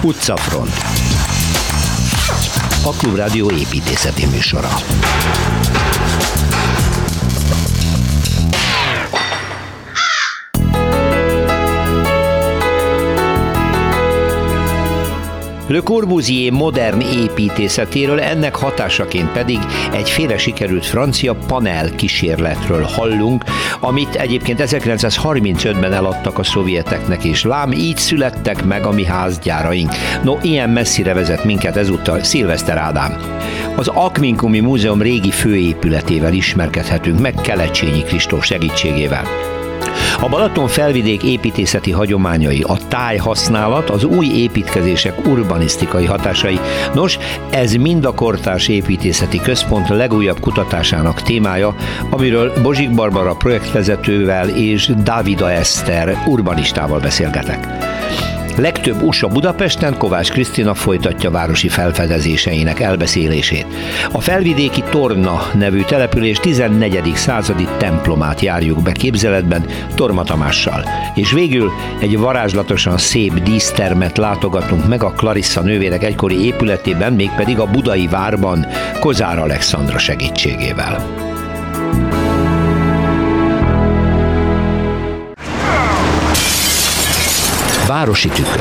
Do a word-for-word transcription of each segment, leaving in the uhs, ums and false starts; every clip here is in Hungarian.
Utcafront, a Klubrádió építészeti műsora. Le Corbusier modern építészetéről, ennek hatásaként pedig egy félre sikerült francia panel kísérletről hallunk, amit egyébként ezerkilencszázharmincötben eladtak a szovjeteknek, és lám így születtek meg a mi házgyáraink. No, ilyen messzire vezet minket ezúttal Szilveszter Ádám. Az Akvinkumi Múzeum régi főépületével ismerkedhetünk meg Kelecsényi Kristóf segítségével. A Balaton felvidék építészeti hagyományai, a tájhasználat, az új építkezések urbanisztikai hatásai. Nos, ez mind a Kortárs Építészeti Központ legújabb kutatásának témája, amiről Bozsik Barbara projektvezetővel és Dávida Eszter urbanistával beszélgetek. Legtöbb u es á Budapesten, Kovács Krisztina folytatja városi felfedezéseinek elbeszélését. A felvidéki Torna nevű település tizennegyedik századi templomát járjuk be képzeletben Torma Tamással. És végül egy varázslatosan szép dísztermet látogatunk meg a Clarissa nővérek egykori épületében, mégpedig a Budai Várban Kozár Alexandra segítségével. Városi tükör.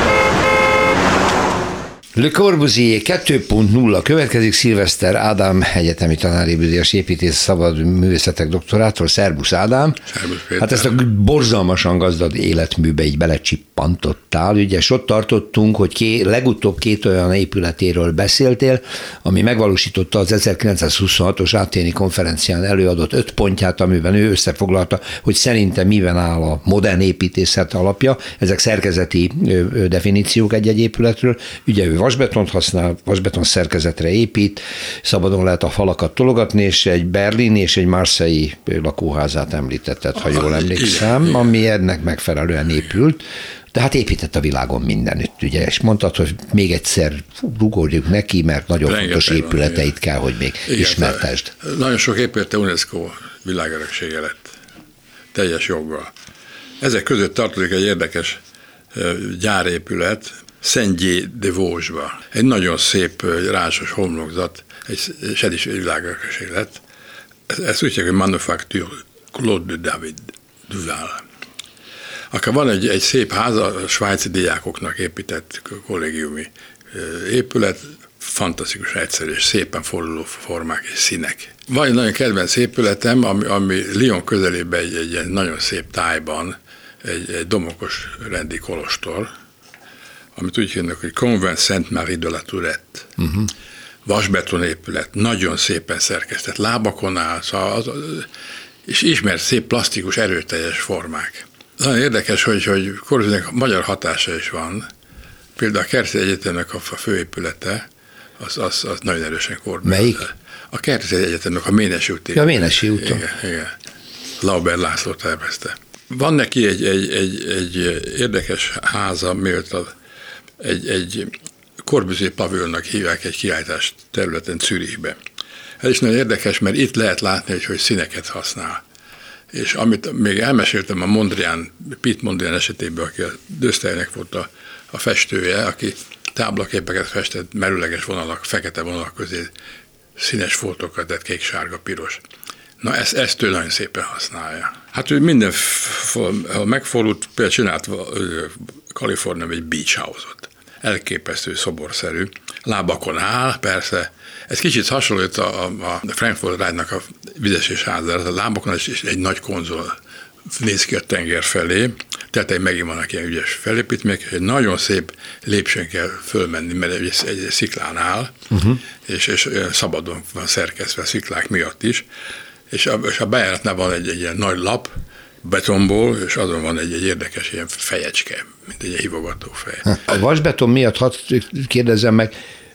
Le Corbusier kettő pont nulla következik. Szilveszter Ádám, egyetemi tanári büdélyes építész, szabad művészetek doktorátor. Szerbusz Ádám. Szerbusz Péter. Hát ezt a borzalmasan gazdag életműbe így belecsippantottál. Ugye ott tartottunk, hogy ké, legutóbb két olyan épületéről beszéltél, ami megvalósította az ezerkilencszázhuszonhatos athéni konferencián előadott öt pontját, amiben ő összefoglalta, hogy szerintem miben áll a modern építészet alapja. Ezek szerkezeti definíciók egy-egy épületről. Ugye ő vasbetont használ, vasbeton szerkezetre épít, szabadon lehet a falakat tologatni, és egy Berlin és egy Marseille lakóházát említetted, ha jól emlékszem, igen, ami igen. ennek megfelelően épült. De hát épített a világon mindenütt, ugye, és mondtad, hogy még egyszer rugódjuk neki, mert nagyon rengeteg fontos épületeit van, kell, hogy még igen, ismertesd. Nagyon sok épülete UNESCO világöröksége lett, teljes joggal. Ezek között tartozik egy érdekes gyárépület, Saint-Dié-de-Vosges-ba. Egy nagyon szép rásos homlokzat, egy, és ez is egy világörökség lett. Ezt úgy hívják, hogy Manufacture Claude de David Duval. Akkor van egy, egy szép háza, a svájci diákoknak épített kollégiumi épület, fantasztikus egyszerű és szépen forduló formák és színek. Van egy nagyon kedvenc épületem, ami, ami Lyon közelében egy, egy, egy nagyon szép tájban, egy, egy domokos rendi kolostor, amit úgy hívnak, hogy Convent Sainte-Marie de la Tourette. Uh-huh. Vasbeton épület, nagyon szépen szerkesztett, lábakon áll, szóval az, és ismert szép, plastikus, erőteljes formák. Nagyon érdekes, hogy, hogy Corbusier magyar hatása is van. Például a Kertész Egyetemnek a főépülete, az, az, az nagyon erősen Corbusier. Melyik? A Kertész Egyetemnek a Ménesi úti. Ja, a Ménesi úton. Igen, igen. Lauber László tervezte. Van neki egy, egy, egy, egy érdekes háza, mióta egy, egy Corbusier pavilonnak hívják egy kiállítás területen Zürichbe. Ez is nagyon érdekes, mert itt lehet látni, hogy, hogy színeket használ. És amit még elmeséltem a Mondrian, Piet Mondrian esetében, aki a Döszternek volt a, a festője, aki táblaképeket festett merőleges vonalak, fekete vonalak közé színes foltokat tett, kék, sárga, piros. Na ezt, ezt ő nagyon szépen használja. Hát ő minden megfordult, például csinált Kaliforniában egy beach house-ot. Elképesztő, szoborszerű. Lábakon áll, persze. Ez kicsit hasonlít a, a Frankfurt Ride-nak a vizesés házára. A lábakon is egy nagy konzol néz ki a tenger felé. Tehát megint vannak ilyen ügyes felépítmények, és egy nagyon szép lépcsőn kell fölmenni, mert egy, egy sziklán áll, uh-huh. és, és szabadon van szerkesztve a sziklák miatt is. És a, és a bejáratnál van egy, egy ilyen nagy lap betonból, és azon van egy, egy érdekes ilyen fejecske, mint egy hívogató fej. A vasbeton miatt hadd kérdezzem meg,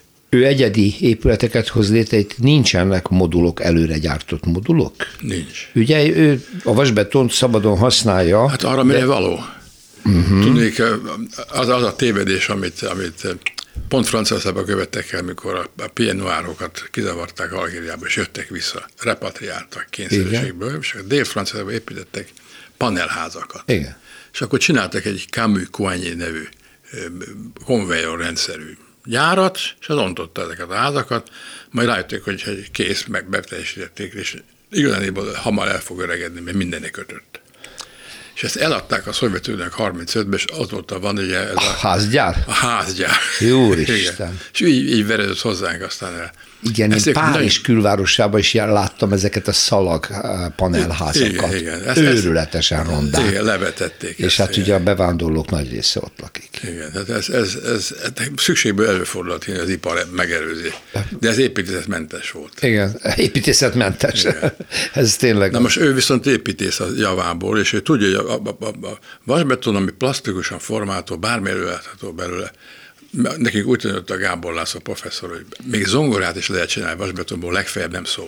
ő egyedi épületeket hoz létre, itt nincsenek modulok, előre gyártott modulok? Nincs. Ugye ő a vasbetont szabadon használja. Hát arra mire de... való. Uh-huh. Tudnék, az, az a tévedés, amit, amit pont Franciaországban követtek el, mikor a, a pienoárokat kizavarták Algériába, és jöttek vissza, repatriáltak kényszerűségből, igen. És a Dél-Franciaországban építettek panelházakat. Igen. És akkor csináltak egy Camus Coigny nevű konvejor rendszerű gyárat, és az ontotta ezeket a házakat, majd rájötték, hogy kész, meg beteljesítették, és igazából hamar el fog öregedni, mert mindennek kötött. És ezt eladták a Szovjetuniónak harmincötben, és azóta van ugye ez a... A házgyár? A házgyár. Jóisten. És így, így veredett hozzánk aztán el. Igen, én Párizs nagyon... külvárosában is láttam ezeket a szalag panelházakat. Igen, igen. Ezt, Őrületesen rondák. Igen, levetették. És ezt, hát ugye a bevándorlók nagy része ott lakik. Igen, tehát ez, ez, ez, ez szükségből előfordulhat, hogy az ipar megelőzi. De ez építészetmentes volt. Igen, építészetmentes. Igen. Ez tényleg... Na most ő viszont építész a javából, és ő tudja, hogy a, a, a, a vasbeton, ami plastikusan formálható, bármi előállható belőle, nekünk úgy tűnött a Gábor László professzor, hogy még zongorát is lehet csinálni vasbetonból, legfeljebb nem szól.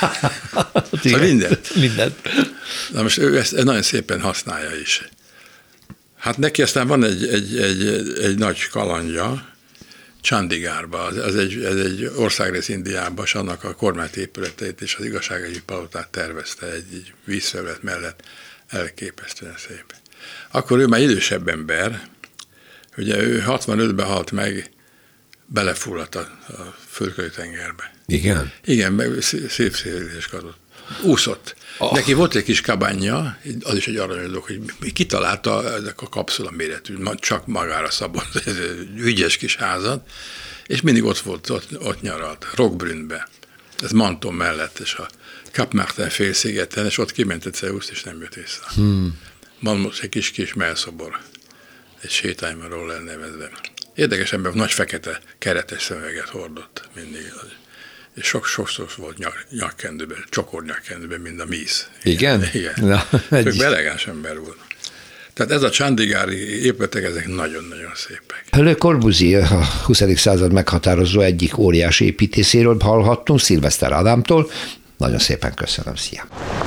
Szóval mindent. mindent. Na most ő ezt nagyon szépen használja is. Hát neki aztán van egy, egy, egy, egy nagy kalandja, Chandigarhba, ez egy, ez egy országrész Indiában, és annak a kormányzati épületeit és az igazságügyi palotát tervezte egy, egy vízfelület mellett, elképesztően szép. Akkor ő már idősebb ember, ugye ő hatvanötben halt meg, belefulladt a, a Földközi tengerbe. Igen? Igen, meg szép szélülés kapott. Úszott. Oh. Neki volt egy kis kabánja, az is egy aranyos dolog, hogy kitalálta ezek a kapszula méretű, csak magára szabott, ez egy ügyes kis házat, és mindig ott volt, ott, ott nyaralt, Roquebrune-be. Ez Menton mellett, és a Cap Martin félszigeten, és ott kiment egy Zeus, és nem jött vissza. Hmm. Van most egy kis-kis melszobor, egy sétányban roller nevezve. Érdekes ember, nagy fekete keretes szemüveget hordott mindig. És sok, sokszor volt nyak, nyakkendőben, csokor nyakkendőben, mint a míz. Igen? Igen. Na, egy... elegáns ember volt. Tehát ez a Chandigarhi épületek, ezek nagyon-nagyon szépek. Le Corbusier, a huszadik század meghatározó egyik óriási építészéről hallhattunk, Szilveszter Ádámtól. Nagyon szépen köszönöm, szia!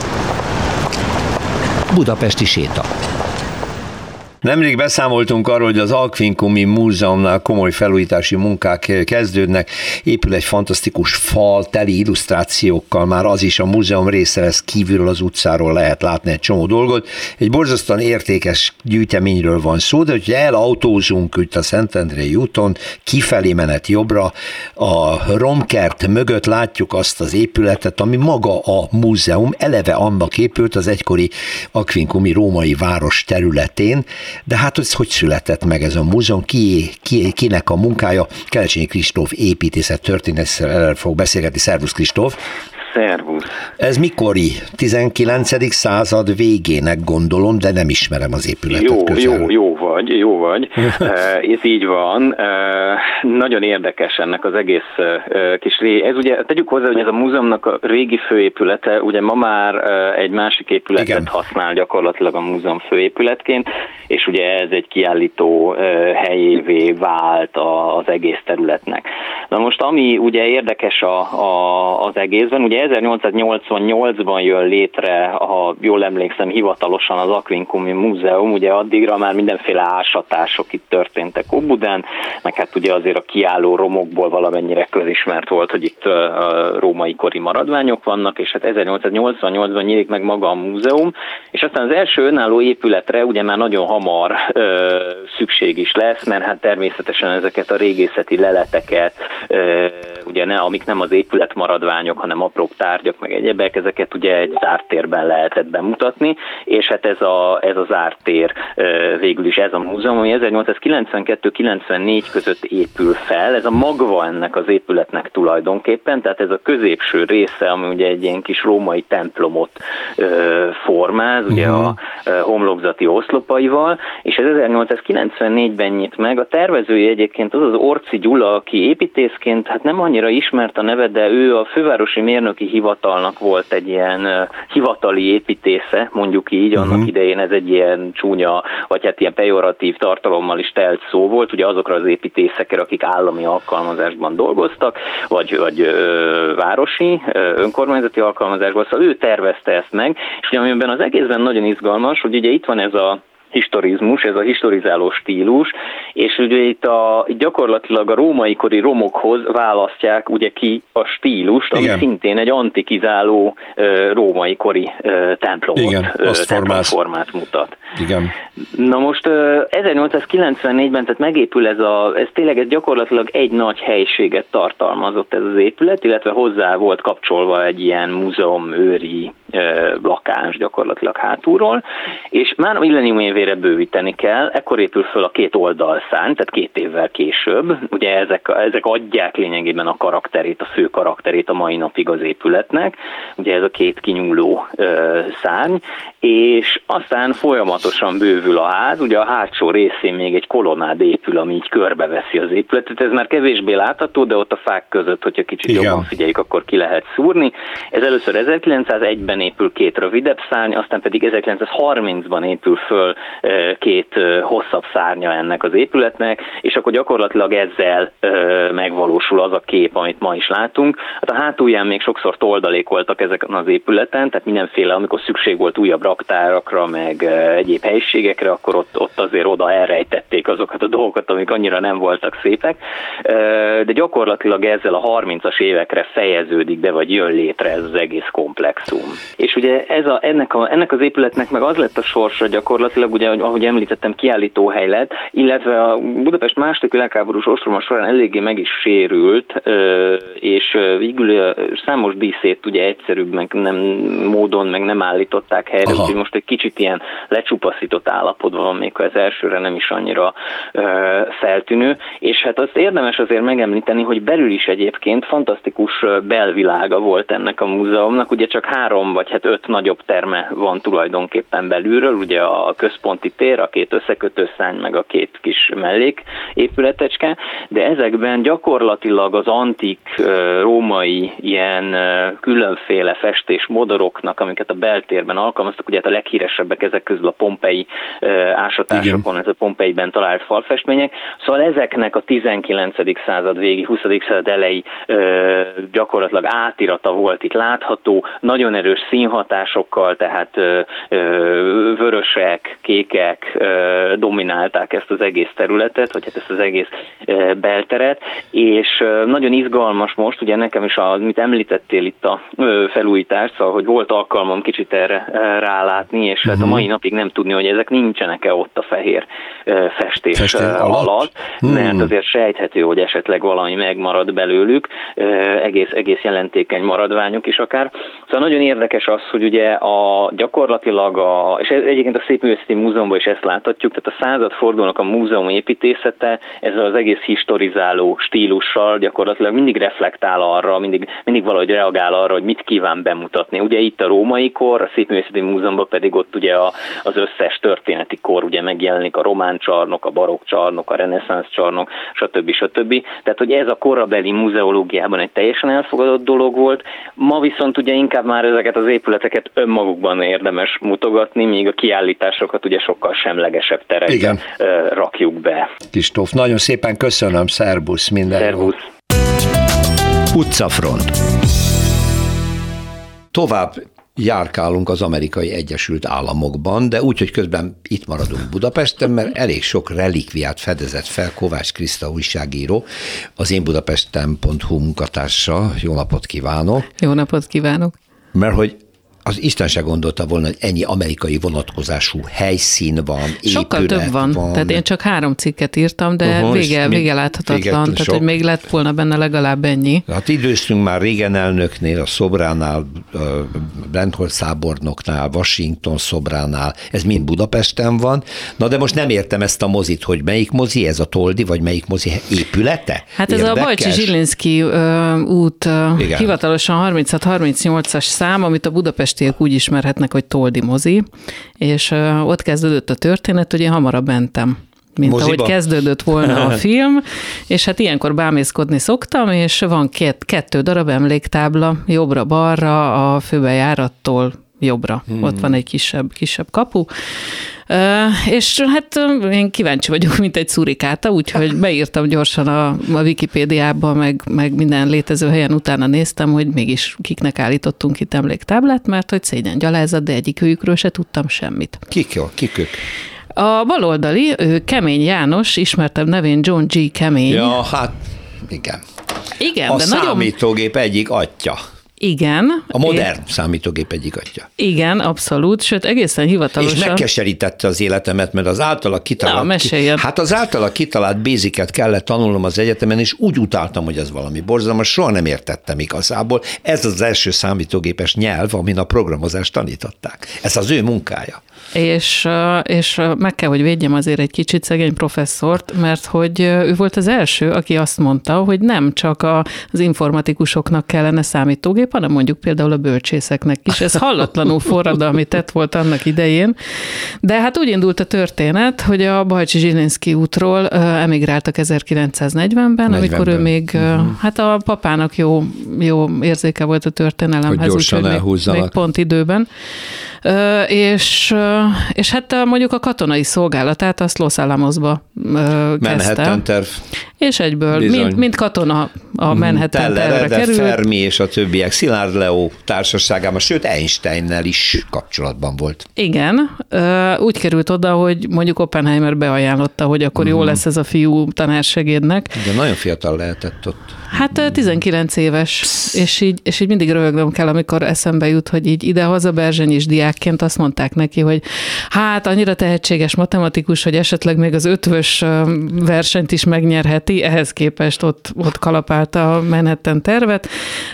Budapesti séta. Nemrég beszámoltunk arról, hogy az Alkvinkumi Múzeumnál komoly felújítási munkák kezdődnek, épül egy fantasztikus fal, teli illusztrációkkal, már az is a múzeum része lesz, kívülről az utcáról lehet látni egy csomó dolgot. Egy borzasztóan értékes gyűjteményről van szó, de hogyha elautózunk itt a Szentendrei úton, kifelé menet jobbra, a romkert mögött látjuk azt az épületet, ami maga a múzeum, eleve annak épült az egykori Alkvinkumi római város területén. De hát ez hogy született meg ez a múzeum, ki, ki, kinek a munkája? Kelecsényi Kristóf építészet történésszel erről fog beszélgetni. Szervusz Kristóf! Szervusz! Ez mikori? tizenkilencedik század végének gondolom, de nem ismerem az épületet jó, közel. Jó, jó vagy, jó vagy. Ez így van. Nagyon érdekes ennek az egész kis ré... Ez ugye, tegyük hozzá, hogy ez a múzeumnak a régi főépülete, ugye ma már egy másik épületet Igen. használ gyakorlatilag a múzeum főépületként, és ugye ez egy kiállító helyévé vált az egész területnek. Na most, ami ugye érdekes a, a, az egészben, ugye ezernyolcszáznyolcvannyolcban jön létre, ha jól emlékszem, hivatalosan az Alkvinkumi Múzeum, ugye addigra már mindenféle ásatások itt történtek Óbudán, meg hát ugye azért a kiálló romokból valamennyire közismert volt, hogy itt a római kori maradványok vannak, és hát ezernyolcszáznyolcvannyolcban nyílik meg maga a múzeum, és aztán az első önálló épületre ugye már nagyon hamar ö, szükség is lesz, mert hát természetesen ezeket a régészeti leleteket, ö, ugye ne, amik nem az épület maradványok, hanem apró tárgyak, meg egyebek, ezeket ugye egy zárt térben lehetett bemutatni, és hát ez a, ez a zárt tér végül is ez a múzeum, ami ezernyolcszázkilencvenkettő kilencvennégy között épül fel, ez a magva ennek az épületnek tulajdonképpen, tehát ez a középső része, ami ugye egy ilyen kis római templomot formáz, ugye uh-huh. a homlokzati oszlopaival, és ez ezernyolcszázkilencvennégyben nyit meg. A tervezője egyébként az az Orczy Gyula, aki építészként, hát nem annyira ismert a neve, de ő a fővárosi mérnöki hivatalnak volt egy ilyen uh, hivatali építésze, mondjuk így, annak uh-huh. idején ez egy ilyen csúnya, vagy hát ilyen pejoratív tartalommal is telt szó volt, ugye azokra az építészekre, akik állami alkalmazásban dolgoztak, vagy, vagy ö, városi, ö, önkormányzati alkalmazásban, szóval ő tervezte ezt meg, és ugye amiben az egészben nagyon izgalmas, hogy ugye itt van ez a historizmus, ez a historizáló stílus, és ugye itt a, gyakorlatilag a római kori romokhoz választják ugye ki a stílust, ami Igen. szintén egy antikizáló római kori templomot, Igen, templomformát mutat. Igen. Na most ezernyolcszázkilencvennégyben tehát megépül ez a, ez tényleg ez gyakorlatilag egy nagy helyiséget tartalmazott ez az épület, illetve hozzá volt kapcsolva egy ilyen múzeumőri lakás gyakorlatilag hátulról, és már a millennium évére bővíteni kell, ekkor épül föl a két oldalszárny, tehát két évvel később, ugye ezek, ezek adják lényegében a karakterét, a fő karakterét a mai napig az épületnek, ugye ez a két kinyúló ö, szárny, és aztán folyamatosan bővül a ház, ugye a hátsó részén még egy kolonád épül, ami így körbeveszi az épületet, ez már kevésbé látható, de ott a fák között, hogyha kicsit Igen. jobban figyeljük, akkor ki lehet szúrni. Ez először ezerkilencszázegyben épül két rövidebb szárny, aztán pedig ezerkilencszázharmincban épül föl két hosszabb szárnya ennek az épületnek, és akkor gyakorlatilag ezzel megvalósul az a kép, amit ma is látunk. Hát a hátulján még sokszor toldalék voltak ezeken az épületen, tehát mindenféle, amikor szükség volt újabb raktárakra, meg egyéb helyiségekre, akkor ott, ott azért oda elrejtették azokat a dolgokat, amik annyira nem voltak szépek, de gyakorlatilag ezzel a harmincas évekre fejeződik be, vagy jön létre ez az egész komplexum. És ugye ez a, ennek, a, ennek az épületnek meg az lett a sorsa gyakorlatilag, ugye, ahogy említettem, kiállítóhely lett, illetve a Budapest második világháborús ostroma során eléggé meg is sérült, és végül számos díszét ugye egyszerűbb meg nem, módon meg nem állították helyre, úgyhogy most egy kicsit ilyen lecsupaszított állapotban van, még ha ez elsőre nem is annyira feltűnő, és hát azt érdemes azért megemlíteni, hogy belül is egyébként fantasztikus belvilága volt ennek a múzeumnak, ugye csak három vagy hát öt nagyobb terme van tulajdonképpen belülről, ugye a központi tér, a két összekötőszárny, meg a két kis mellék épületecske, de ezekben gyakorlatilag az antik római ilyen különféle festésmodoroknak, amiket a beltérben alkalmaztak, ugye hát a leghíresebbek ezek közül a pompei ásatásokon, ez a Pompeiben talált falfestmények, szóval ezeknek a tizenkilencedik század végi, huszadik század elejé gyakorlatilag átirata volt itt látható, nagyon erős színhatásokkal, tehát vörösek, kékek dominálták ezt az egész területet, vagy hát ezt az egész belteret, és nagyon izgalmas most, ugye nekem is, amit említettél itt a felújítás, szóval, hogy volt alkalmam kicsit erre rálátni, és uh-huh. hát a mai napig nem tudni, hogy ezek nincsenek-e ott a fehér festés, festés alatt, alatt hmm. mert azért sejthető, hogy esetleg valami megmarad belőlük, egész, egész jelentékeny maradványok is akár. Szóval nagyon érdekes az, hogy ugye a gyakorlatilag, a, és egyébként a Szépművészeti Múzeumban is ezt láthatjuk, tehát a századfordulónak a múzeum építészete ezzel az egész historizáló stílussal gyakorlatilag mindig reflektál arra, mindig, mindig valahogy reagál arra, hogy mit kíván bemutatni. Ugye itt a római kor, a Szépművészeti Múzeumban pedig ott ugye a, az összes történeti kor ugye megjelenik, a román csarnok, a barokk csarnok, a reneszánsz csarnok, stb. stb. Tehát, hogy ez a korabeli muzeológiában egy teljesen elfogadott dolog volt. Ma viszont ugye inkább már ezeket az épületeket önmagukban érdemes mutogatni, míg a kiállításokat ugye sokkal semlegesebb terekbe Igen. rakjuk be. Kristóf, nagyon szépen köszönöm, szervusz, minden Szervusz. Utcafront. Tovább járkálunk az Amerikai Egyesült Államokban, de úgy, hogy közben itt maradunk Budapesten, mert elég sok relikviát fedezett fel Kovács Kriszta újságíró, az én budapesten pont hu munkatársa. Jó napot kívánok! Jó napot kívánok! Mert hogy az Isten se gondolta volna, hogy ennyi amerikai vonatkozású helyszín van, sokkal több van. van. Tehát én csak három cikket írtam, de uh-huh, vége, vége láthatatlan. Tehát, sok. hogy még lett volna benne legalább ennyi. Hát időztünk már Reagan elnöknél, a szobránál, Brenthold szábornoknál, Washington szobránál, ez mind Budapesten van. Na de most nem értem ezt a mozit, hogy melyik mozi, ez a Toldi, vagy melyik mozi épülete? Hát ez Érdekes. A Bajcsi-Zsilinszky út Igen. hivatalosan harminchat harmincnyolcas szám, amit a Budapest úgy ismerhetnek, hogy Toldi mozi, és uh, ott kezdődött a történet, hogy én hamarabb mentem, mint Moziba? Ahogy kezdődött volna a film, és hát ilyenkor bámészkodni szoktam, és van két, kettő darab emléktábla, jobbra-balra, a főbejárattól jobbra. Hmm. Ott van egy kisebb, kisebb kapu. Uh, és hát én kíváncsi vagyok, mint egy szurikáta, úgyhogy beírtam gyorsan a, a Wikipédiába, meg, meg minden létező helyen utána néztem, hogy mégis kiknek állítottunk itt emléktáblát, mert hogy szégyen gyalázat, de egyikőjükről se tudtam semmit. Kik jó, kikük? A baloldali, ő Kemény János, ismertebb nevén John G. Kemény. Ja, hát igen. Igen, a de számítógép nagyon... egyik atya. Igen. A modern é... számítógép egyik atya. Igen, abszolút, sőt egészen hivatalosan. És megkeserítette az életemet, mert az általa kitalált... Na, meséljen. Hát az általa kitalált Basic-et kellett tanulnom az egyetemen, és úgy utáltam, hogy ez valami borzalmas, soha nem értettem igazából. Ez az első számítógépes nyelv, amin a programozást tanították. Ez az ő munkája. És, és meg kell, hogy védjem azért egy kicsit szegény professzort, mert hogy ő volt az első, aki azt mondta, hogy nem csak az informatikusoknak kellene számítógép, hanem mondjuk például a bölcsészeknek is. Ez hallatlanul forradalmi tett volt annak idején. De hát úgy indult a történet, hogy a Bajcsy-Zsilinszky útról emigráltak ezerkilencszáznegyvenben, negyvenben. Amikor ő még, uh-huh. hát a papának jó, jó érzéke volt a történelemhez, úgyhogy még, még pont időben. És, és hát mondjuk a katonai szolgálatát azt Los Alamosba kezdte. Manhattan terv. És egyből, mint, mint katona a Manhattan tervre került. Fermi és a többiek, Szilárd Leó társaságában, sőt Einsteinnel is kapcsolatban volt. Igen, úgy került oda, hogy mondjuk Oppenheimer beajánlotta, hogy akkor uh-huh. jó lesz ez a fiú tanársegédnek. De nagyon fiatal lehetett ott. Hát tizenkilenc éves, és így, és így mindig röhögnöm kell, amikor eszembe jut, hogy így ide-haza Berzsenyis diákként azt mondták neki, hogy hát annyira tehetséges matematikus, hogy esetleg még az ötvös versenyt is megnyerheti, ehhez képest ott, ott kalapálta a Manhattan tervet.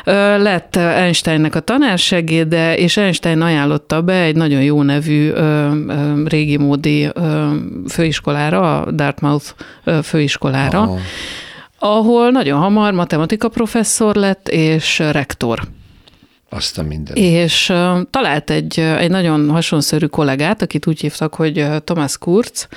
Lett Einsteinnek a tanársegéde, és Einstein ajánlotta be egy nagyon jó nevű régi módi főiskolára, a Dartmouth főiskolára, oh. ahol nagyon hamar matematika professzor lett, és rektor. Azt a minden. És uh, talált egy, egy nagyon hasonszörű kollégát, akit úgy hívtak, hogy Thomas Kurz,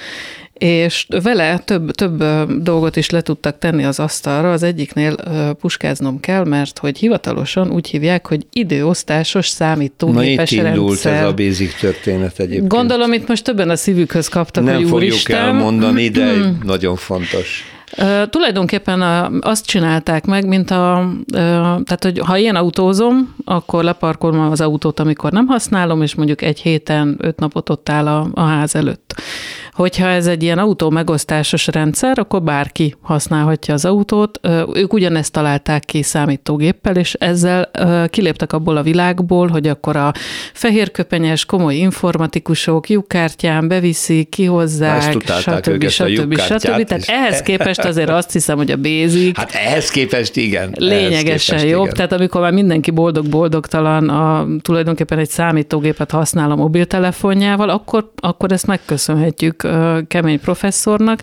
és vele több, több dolgot is le tudtak tenni az asztalra. Az egyiknél uh, puskáznom kell, mert hogy hivatalosan úgy hívják, hogy időosztásos számítógépes rendszer. Na itt indult ez a Basic történet egyébként. Gondolom, itt most többen a szívükhöz kaptak, Nem hogy fogjuk úristen. elmondani, de nagyon fontos. Uh, tulajdonképpen a, azt csinálták meg, mint a, uh, tehát, hogy ha én autózom, akkor leparkolom az autót, amikor nem használom, és mondjuk egy héten, öt napot ott áll a, a ház előtt. Hogyha ez egy ilyen autó megosztásos rendszer, akkor bárki használhatja az autót. Ők ugyanezt találták ki számítógéppel, és ezzel kiléptek abból a világból, hogy akkor a fehérköpenyes, komoly informatikusok lyukkártyán beviszik, kihozzák, stb. stb. stb. Tehát ehhez képest azért azt hiszem, hogy a Basic... Hát ehhez képest igen. Lényegesen képest, jobb. Igen. Tehát amikor már mindenki boldog-boldogtalan, a, tulajdonképpen egy számítógépet használ a mobiltelefonjával, akkor, akkor ezt megköszönhetjük Kemény professzornak,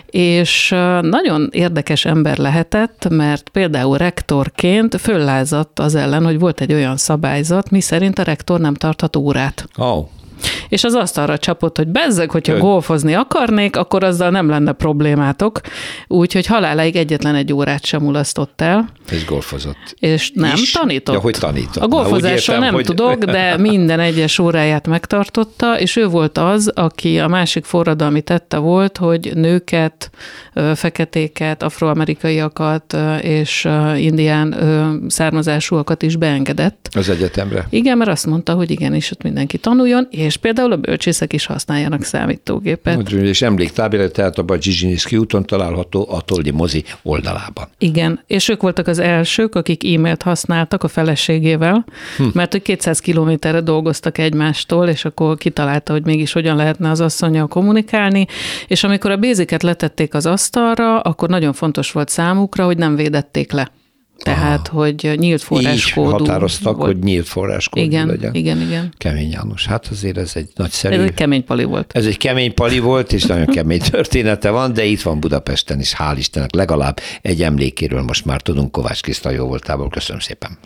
és nagyon érdekes ember lehetett, mert például rektorként föllázadt az ellen, hogy volt egy olyan szabályzat, miszerint a rektor nem tarthat órát. Oh. És az asztalra csapott, hogy bezzeg, hogyha Ő. golfozni akarnék, akkor azzal nem lenne problémátok. Úgyhogy haláláig egyetlen egy órát sem mulasztott el. És golfozott. És nem is? tanított. Ja, hogy tanított. A golfozásról értem, nem hogy... tudok, de minden egyes óráját megtartotta, és ő volt az, aki a másik forradalmi tette volt, hogy nőket, feketéket, afroamerikaiakat és indián származásúakat is beengedett. Az egyetemre. Igen, mert azt mondta, hogy igenis, ott mindenki tanuljon, és például a bölcsészek is használjanak számítógépet. És emléktábla, tehát a Bajcsy-Zsilinszky úton található a Toldi mozi oldalában. Igen, és ők voltak az elsők, akik e-mailt használtak a feleségével, hm. mert hogy kétszáz kilométerre dolgoztak egymástól, és akkor kitalálta, hogy mégis hogyan lehetne az asszonnyal kommunikálni, és amikor a Basic-et letették az asztalra, akkor nagyon fontos volt számukra, hogy nem védették le. Tehát, Aha. hogy nyílt forráskódú. Így határoztak, volt. Hogy nyílt forráskódú igen, legyen. Igen, igen. Kemény János. Hát azért ez egy nagyszerű... Ez egy kemény pali volt. Ez egy kemény pali volt, és nagyon kemény története van, de itt van Budapesten is, hál' Istennek, legalább egy emlékéről most már tudunk Kovács Kriszta jó voltából. Köszönöm szépen.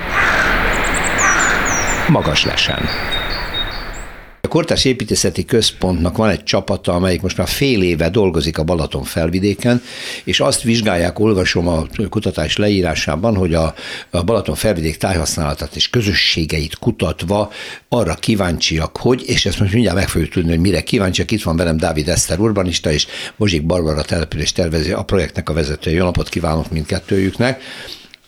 Magas lesen. A Kortárs Építészeti Központnak van egy csapata, amelyik most már fél éve dolgozik a Balaton felvidéken, és azt vizsgálják, olvasom a kutatás leírásában, hogy a, a Balaton felvidék tájhasználatát és közösségeit kutatva arra kíváncsiak, hogy, és ezt most mindjárt meg fogjuk tudni, hogy mire kíváncsiak. Itt van velem Dávid Eszter urbanista, és Bozsik Barbara település tervező, a projektnek a vezetője. Jó napot kívánok mindkettőjüknek.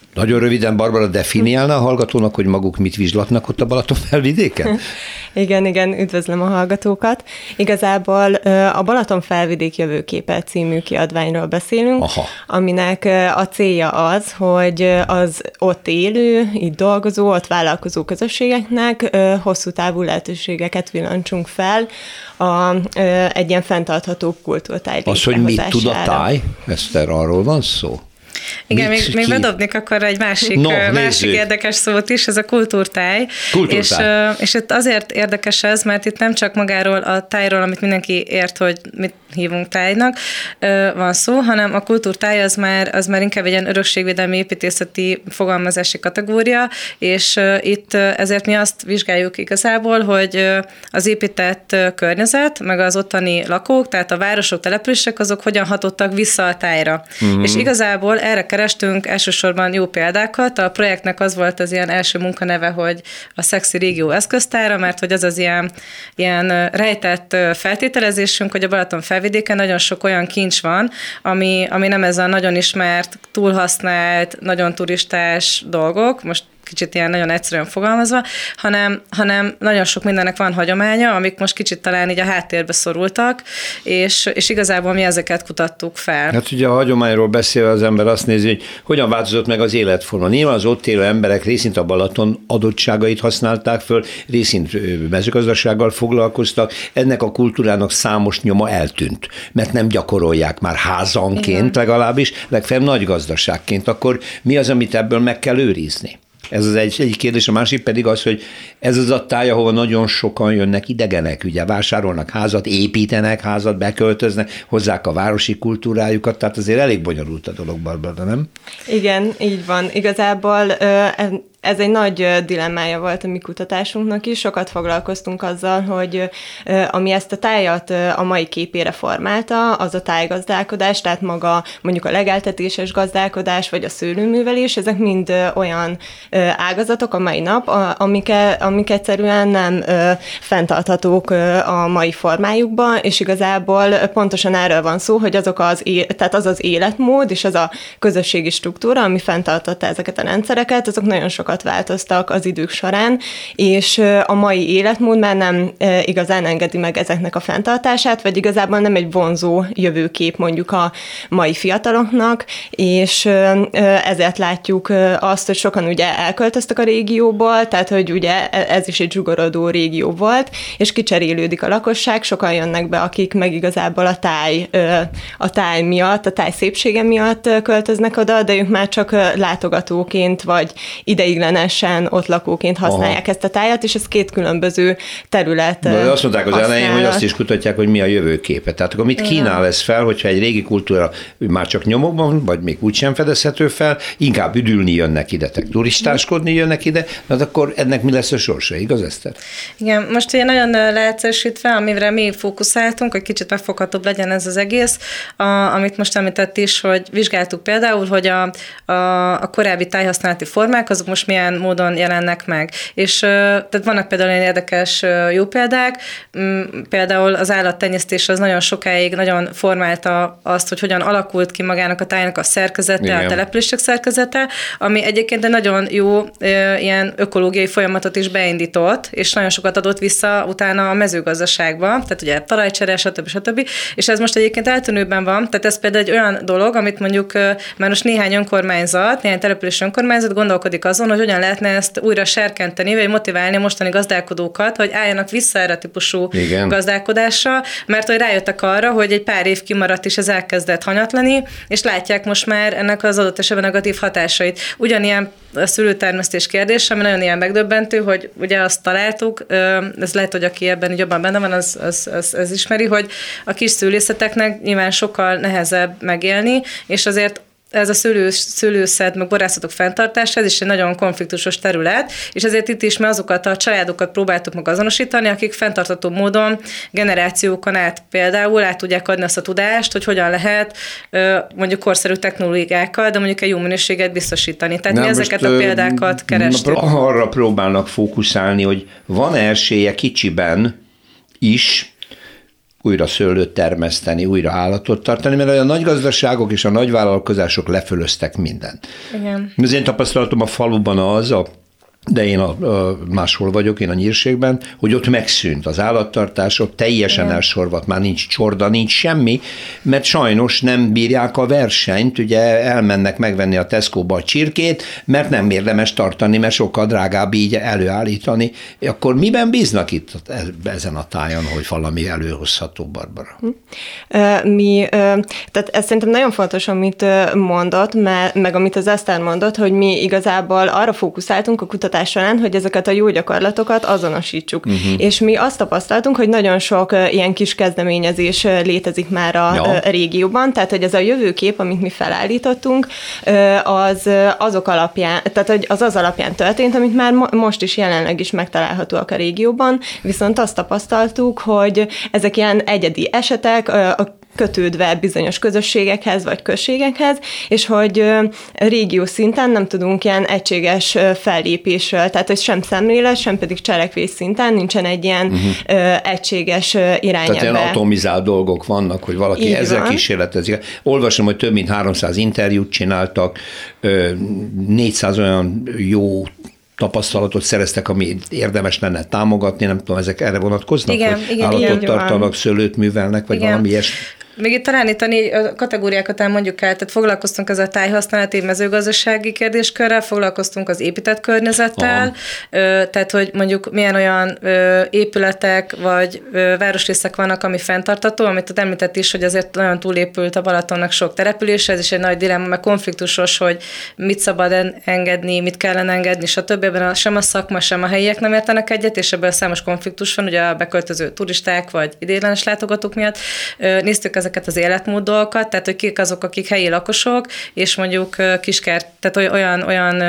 Nagyon röviden, Barbara, definiálna a hallgatónak, hogy maguk mit vizslatnak ott a Balatonfelvidéken? Igen, igen, üdvözlöm a hallgatókat. Igazából a Balatonfelvidék jövőképe című kiadványról beszélünk, Aha. aminek a célja az, hogy az ott élő, itt dolgozó, ott vállalkozó közösségeknek hosszú távú lehetőségeket villancsunk fel a, egy ilyen fenntartható kultúrtáj létrehozására. Az, hogy mit tud a táj? Eszter, arról van szó? Igen, még, még bedobnék akkor egy másik, no, másik érdekes szót is, ez a kultúrtáj. kultúrtáj. És, és itt azért érdekes ez, mert itt nem csak magáról a tájról, amit mindenki ért, hogy mit hívunk tájnak, van szó, hanem a kultúrtáj az már, az már inkább egy ilyen örökségvédelmi építészeti fogalmazási kategória, és itt ezért mi azt vizsgáljuk igazából, hogy az épített környezet, meg az ottani lakók, tehát a városok, települések, azok hogyan hatottak vissza a tájra. Mm-hmm. És igazából erre kerestünk elsősorban jó példákat. A projektnek az volt az ilyen első munkaneve, hogy a Szexi Régió eszköztára, mert hogy az az ilyen, ilyen rejtett feltételezésünk, hogy a Balatonfelvidéken nagyon sok olyan kincs van, ami, ami nem ez a nagyon ismert, túlhasznált, nagyon turistás dolgok, most kicsit ilyen nagyon egyszerűen fogalmazva, hanem, hanem nagyon sok mindennek van hagyománya, amik most kicsit talán így a háttérbe szorultak, és, és igazából mi ezeket kutattuk fel. Hát ugye a hagyományról beszélve az ember azt nézi, hogy hogyan változott meg az életforma. Nyilván az ott élő emberek részint a Balaton adottságait használták föl, részint mezőgazdasággal foglalkoztak, ennek a kultúrának számos nyoma eltűnt, mert nem gyakorolják már házanként, igen, legalábbis, legfeljebb nagy gazdaságként. Akkor mi az, amit ebből meg kell őrizni? Ez az egy, egy kérdés, a másik pedig az, hogy ez az a táj, ahova nagyon sokan jönnek idegenek, ugye vásárolnak házat, építenek házat, beköltöznek, hozzák a városi kultúrájukat, tehát azért elég bonyolult a dolog, Barbara, nem? Igen, így van. Igazából ez egy nagy dilemmája volt a mi kutatásunknak is, sokat foglalkoztunk azzal, hogy ami ezt a tájat a mai képére formálta, az a tájgazdálkodás, tehát maga mondjuk a legeltetéses gazdálkodás, vagy a szőlőművelés, ezek mind olyan ágazatok a mai nap, amik, amik egyszerűen nem fenntarthatók a mai formájukban, és igazából pontosan erről van szó, hogy azok az, tehát az az életmód, és az a közösségi struktúra, ami fenntartotta ezeket a rendszereket, azok nagyon sokat változtak az idők során, és a mai életmód már nem igazán engedi meg ezeknek a fenntartását, vagy igazából nem egy vonzó jövőkép mondjuk a mai fiataloknak, és ezért látjuk azt, hogy sokan ugye elköltöztek a régióból, tehát hogy ugye ez is egy zsugorodó régió volt, és kicserélődik a lakosság, sokan jönnek be, akik meg igazából a táj, a táj miatt, a táj szépsége miatt költöznek oda, de ők már csak látogatóként, vagy ideiglenesen ott lakóként használják Aha. ezt a tájat, és ez két különböző terület. De azt mondták az elején, hogy azt is kutatják, hogy mi a jövőképe. Tehát akkor mit kínál ez fel, hogyha egy régi kultúra már csak nyomokban, vagy még úgysem fedezhető fel, inkább üdülni jönnek ide, turistáskodni jönnek ide, de akkor ennek mi lesz a sorsa, igaz, Eszter? Igen, most ugye nagyon leegyszerűsítve, amire mi fókuszáltunk, hogy kicsit megfoghatóbb legyen ez az egész, a, amit most említett is, hogy vizsgáltuk például, hogy a, a, a korábbi tájhasználati formák, azok most milyen módon jelennek meg. És tehát vannak például olyan érdekes jó példák, például az állattenyésztés az nagyon sokáig nagyon formálta azt, hogy hogyan alakult ki magának a tájnak a szerkezete, igen, a települések szerkezete, ami egyébként egy nagyon jó ilyen ökológiai folyamatot is beindított, és nagyon sokat adott vissza utána a mezőgazdaságba, tehát ugye talajcsere, stb. stb. És ez most egyébként eltűnőben van, tehát ez például egy olyan dolog, amit mondjuk már most néhány önkormányzat, néhány település önkormányzat gondolkodik azon, hogy hogyan lehetne ezt újra serkenteni, vagy motiválni a mostani gazdálkodókat, hogy álljanak vissza erre a típusú igen. gazdálkodásra, mert hogy rájöttek arra, hogy egy pár év kimaradt és ez elkezdett hanyatlani, és látják most már ennek az adott esetben negatív hatásait. Ugyanilyen a szülőtermesztés kérdése, ami nagyon ilyen megdöbbentő, hogy ugye azt találtuk, ez lehet, hogy aki ebben jobban benne van, az, az, az, az ismeri, hogy a kis szőlészeteknek nyilván sokkal nehezebb megélni, és azért ez a szőlő, szőlőszed, meg borászatok fenntartása, ez is egy nagyon konfliktusos terület, és ezért itt is mi azokat a családokat próbáltuk meg azonosítani, akik fenntartható módon generációkon át például át tudják adni azt a tudást, hogy hogyan lehet mondjuk korszerű technológiákkal, de mondjuk egy jó minőséget biztosítani. Tehát Na, mi ezeket a példákat kerestük. Arra próbálnak fókuszálni, hogy van esélye kicsiben is újra szőlőt termeszteni, újra állatot tartani, mert a nagy gazdaságok és a nagy vállalkozások lefölöztek mindent. Igen. Az én tapasztalatom a faluban az, a de én a, a, máshol vagyok, én a Nyírségben, hogy ott megszűnt az állattartás, ott teljesen igen. elsorvadt, már nincs csorda, nincs semmi, mert sajnos nem bírják a versenyt, ugye elmennek megvenni a Tesco-ba a csirkét, mert nem érdemes tartani, mert sokkal drágább így előállítani. Akkor miben bíznak itt ezen a tájon, hogy valami előhozható, Barbara? Mi, tehát ez szerintem nagyon fontos, amit mondott, meg amit az Eszter mondott, hogy mi igazából arra fókuszáltunk a kutatásra, során, hogy ezeket a jó gyakorlatokat azonosítsuk. Uh-huh. És mi azt tapasztaltunk, hogy nagyon sok uh, ilyen kis kezdeményezés uh, létezik már a ja. uh, régióban, tehát hogy ez a jövőkép, amit mi felállítottunk, uh, az uh, azok alapján, tehát hogy az az alapján történt, amit már mo- most is jelenleg is megtalálhatóak a régióban, viszont azt tapasztaltuk, hogy ezek ilyen egyedi esetek, uh, a kötődve bizonyos közösségekhez vagy községekhez, és hogy régió szinten nem tudunk ilyen egységes fellépésről, tehát hogy sem szemlélet, sem pedig cselekvés szinten nincsen egy ilyen uh-huh. egységes irányelve. Tehát ilyen atomizált dolgok vannak, hogy valaki így ezzel van. Kísérletezik. Olvasom, hogy több mint háromszáz interjút csináltak, négyszáz olyan jó tapasztalatot szereztek, ami érdemes lenne támogatni, nem tudom, ezek erre vonatkoznak, igen, hogy igen, állatot igen, tartanak, szőlőt művelnek, vagy igen. valami ilyesmi. Még itt talán itt a négy kategóriákat elmondjuk el, tehát foglalkoztunk ezzel a tájhasználati mezőgazdasági kérdéskörrel, foglalkoztunk az épített környezettel, aha. tehát hogy mondjuk milyen olyan épületek vagy városrészek vannak, ami fenntartató, amit említett is, hogy azért nagyon túlépült a Balatonnak sok települése, ez is egy nagy dilemma, meg konfliktusos, hogy mit szabad engedni, mit kellene engedni, stb. Ebben sem a szakma, sem a helyiek nem értenek egyet, és ebből számos konfliktus van, ugye a beköltöző turisták vagy idéglenes látogatók miatt. Néztük ezeket az életmód dolgokat, tehát hogy kik azok, akik helyi lakosok, és mondjuk kiskert, tehát olyan, olyan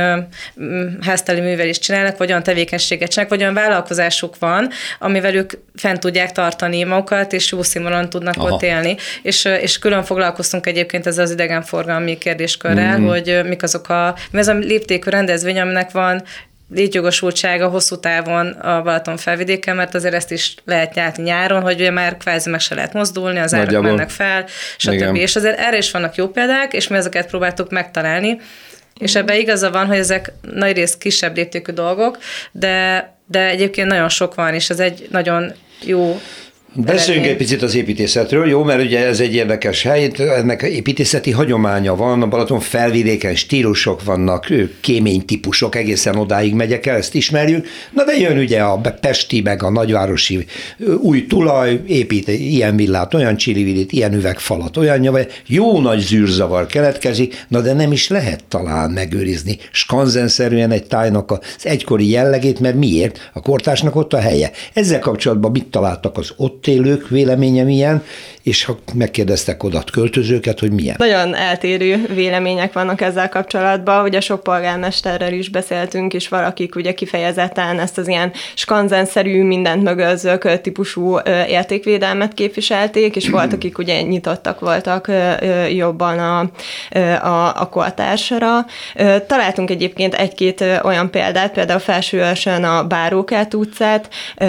házteli művelést csinálnak, vagy olyan tevékenységet csinálnak, vagy olyan vállalkozásuk van, amivel ők fent tudják tartani magukat, és jó színvonalon tudnak aha. ott élni. És, és külön foglalkoztunk egyébként ezzel az idegenforgalmi kérdéskörrel, mm-hmm. hogy mik azok a, mi az a léptékű rendezvény, aminek van létjogosultsága hosszú távon a Balaton felvidéken, mert azért ezt is lehet látni nyáron, hogy ugye már kvázi meg se lehet mozdulni, az árak nagyjából mennek fel, stb. És azért erre is vannak jó példák, és mi ezeket próbáltuk megtalálni, és ebben igaza van, hogy ezek nagyrészt kisebb léptékű dolgok, de, de egyébként nagyon sok van, és ez egy nagyon jó Beszéljünk egy picit az építészetről, jó, mert ugye ez egy érdekes hely, ennek építészeti hagyománya van, a Balaton felvidéken stílusok vannak, kémény típusok, egészen odáig megyek el, ezt ismerjük, na de jön ugye a pesti, meg a nagyvárosi új tulaj, épít ilyen villát, olyan csilividit, ilyen üvegfalat, olyan nyavaj, jó nagy zűrzavar keletkezik, na de nem is lehet talán megőrizni skanzenszerűen egy tájnak az egykori jellegét, mert miért? A kortársnak ott a helye. Ezzel kapcsolatban mit találtak az ott élők véleménye milyen, és ha megkérdeztek oda költözőket, hogy milyen. Nagyon eltérő vélemények vannak ezzel kapcsolatban, ugye sok polgármesterrel is beszéltünk, és valakik ugye kifejezetten ezt az ilyen skanzenszerű, mindent mögözök típusú értékvédelmet képviselték, és volt, akik ugye nyitottak voltak jobban a, a, a kortársra. Találtunk egyébként egy-két olyan példát, például Felsőörsön a Bárókát utcát,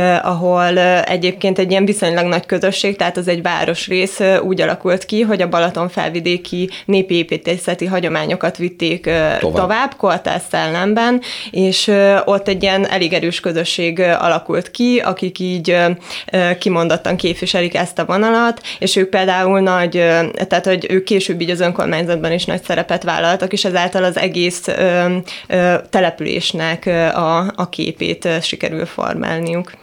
ahol egyébként egy ilyen viszonylag nagy közösség, tehát az egy városrész úgy alakult ki, hogy a Balaton felvidéki népi építészeti hagyományokat vitték tovább, tovább kortárs szellemben, és ott egy ilyen elég erős közösség alakult ki, akik így kimondottan képviselik ezt a vonalat, és ők például nagy, tehát hogy ők később így az önkormányzatban is nagy szerepet vállaltak, és ezáltal az egész településnek a, a képét sikerül formálniuk.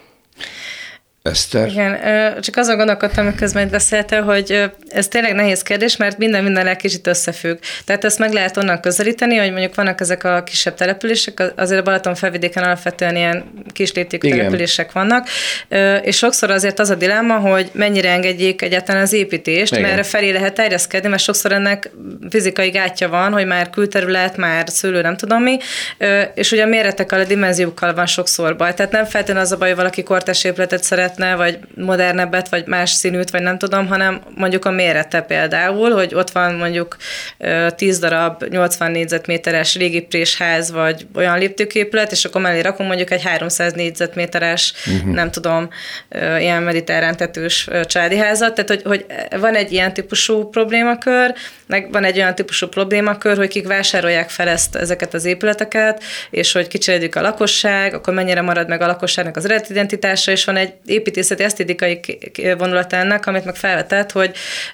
Eszter? Igen, csak azon gondolkodtam, hogy közben beszéltél, hogy ez tényleg nehéz kérdés, mert minden mindennel kicsit összefügg. Tehát ezt meg lehet onnan közelíteni, hogy mondjuk vannak ezek a kisebb települések, azért a Balaton felvidéken alapvetően ilyen kislétű települések vannak, és sokszor azért az a dilemma, hogy mennyire engedjék egyáltalán az építést, igen. mert erre felé lehet terjeszkedni, mert sokszor ennek fizikai gátja van, hogy már külterület, már szőlő, nem tudom mi, és ugye a méretekkel, a dimenziókkal van sokszor baj. Tehát nem feltétlenül az a baj, hogy valaki kortárs épületet szeret szeretne, vagy modernebbet, vagy más színűt, vagy nem tudom, hanem mondjuk a mérete például, hogy ott van mondjuk tíz darab nyolcvan négyzetméteres régi présház, vagy olyan léptőképület, és akkor mellé rakunk mondjuk egy háromszáz négyzetméteres, uh-huh. nem tudom, ilyen mediterrán tetős családi házat, tehát hogy, hogy van egy ilyen típusú problémakör, meg van egy olyan típusú problémakör, hogy kik vásárolják fel ezt, ezeket az épületeket, és hogy kicseréljük a lakosság, akkor mennyire marad meg a lakosságnak az eredeti identitása, és van egy építészeti, esztétikai vonulata ennek, amit meg felvetett, hogy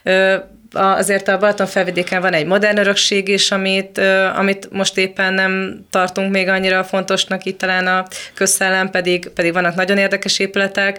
azért a Balaton-felvidéken van egy modern örökség is, amit, amit most éppen nem tartunk még annyira fontosnak, itt talán a közszellem, pedig, pedig vannak nagyon érdekes épületek.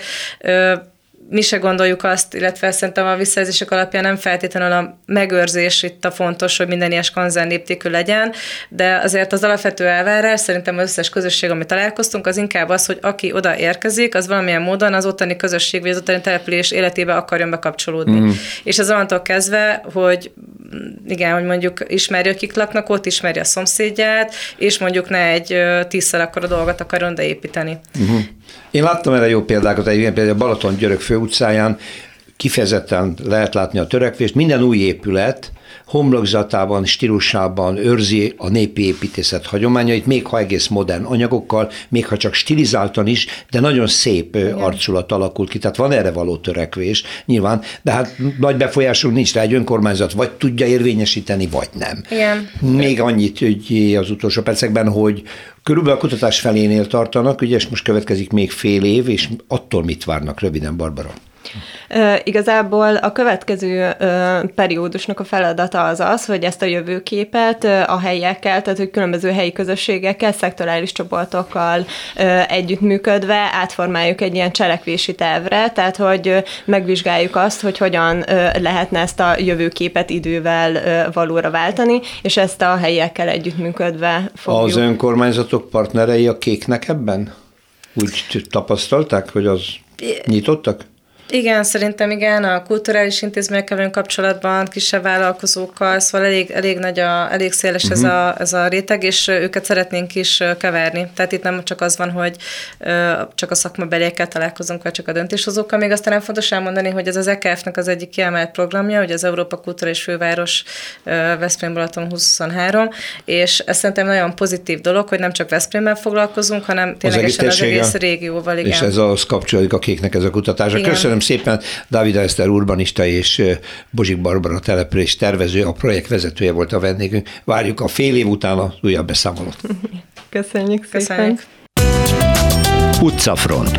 Mi se gondoljuk azt, illetve szerintem a visszajelzések alapján nem feltétlenül a megőrzés itt a fontos, hogy minden ilyes konzern léptékű legyen, de azért az alapvető elvárás, szerintem az összes közösség, amit találkoztunk, az inkább az, hogy aki oda érkezik, az valamilyen módon az ottani közösség, vagy az ottani település életébe akarjon bekapcsolódni. Mm. És ez onnantól kezdve, hogy igen, hogy mondjuk ismerje, akik laknak ott, ismerje a szomszédját, és mondjuk ne egy tízszer akkora dolgot akarjon odaépíteni. Uh-huh. Én láttam erre jó példákat, egyébként például a Balaton-Györök főutcáján kifejezetten lehet látni a törekvést. Minden új épület homlokzatában, stílusában őrzi a népi építészet hagyományait, még ha egész modern anyagokkal, még ha csak stilizáltan is, de nagyon szép igen. arculat alakult ki, tehát van erre való törekvés, nyilván, de hát nagy befolyásunk nincs rá, egy önkormányzat vagy tudja érvényesíteni, vagy nem. Igen. Még annyit hogy az utolsó percekben, hogy körülbelül a kutatás felénél tartanak, ugye, és most következik még fél év, és attól mit várnak röviden, Barbara? Uh, igazából a következő uh, periódusnak a feladata az az, hogy ezt a jövőképet uh, a helyiekkel, tehát hogy különböző helyi közösségekkel, szektorális csoportokkal uh, együttműködve átformáljuk egy ilyen cselekvési tervre, tehát hogy uh, megvizsgáljuk azt, hogy hogyan uh, lehetne ezt a jövőképet idővel uh, valóra váltani, és ezt a helyiekkel együttműködve fogjuk. Az önkormányzatok partnerei a Kéknek ebben? Úgy tapasztalták, hogy az nyitottak? Igen, szerintem igen, a kulturális intézményekkel vagyunk kapcsolatban, kisebb vállalkozókkal, szóval elég, elég nagy, a, elég széles uh-huh. ez, a, ez a réteg, és őket szeretnénk is keverni. Tehát itt nem csak az van, hogy csak a szakmabeliekkel találkozunk, vagy csak a döntéshozókkal. Még aztán nem fontos elmondani, hogy ez az é ká ef-nek az egyik kiemelt programja, hogy az Európa Kulturális Főváros Veszprém Balaton huszonhárom, és ez szerintem nagyon pozitív dolog, hogy nem csak Veszprémmel foglalkozunk, hanem ténylegesen az, az egész régióval. Igen. És ez az kapcsolódik a Kéknek ez a kutatása. Köszönöm szépen, Dávid Eszter urbanista és Bozsik Barbara település tervező, a projekt vezetője volt a vendégünk. Várjuk a fél év után az újabb beszámolót. Köszönjük szépen. Köszönjük. Utcafront.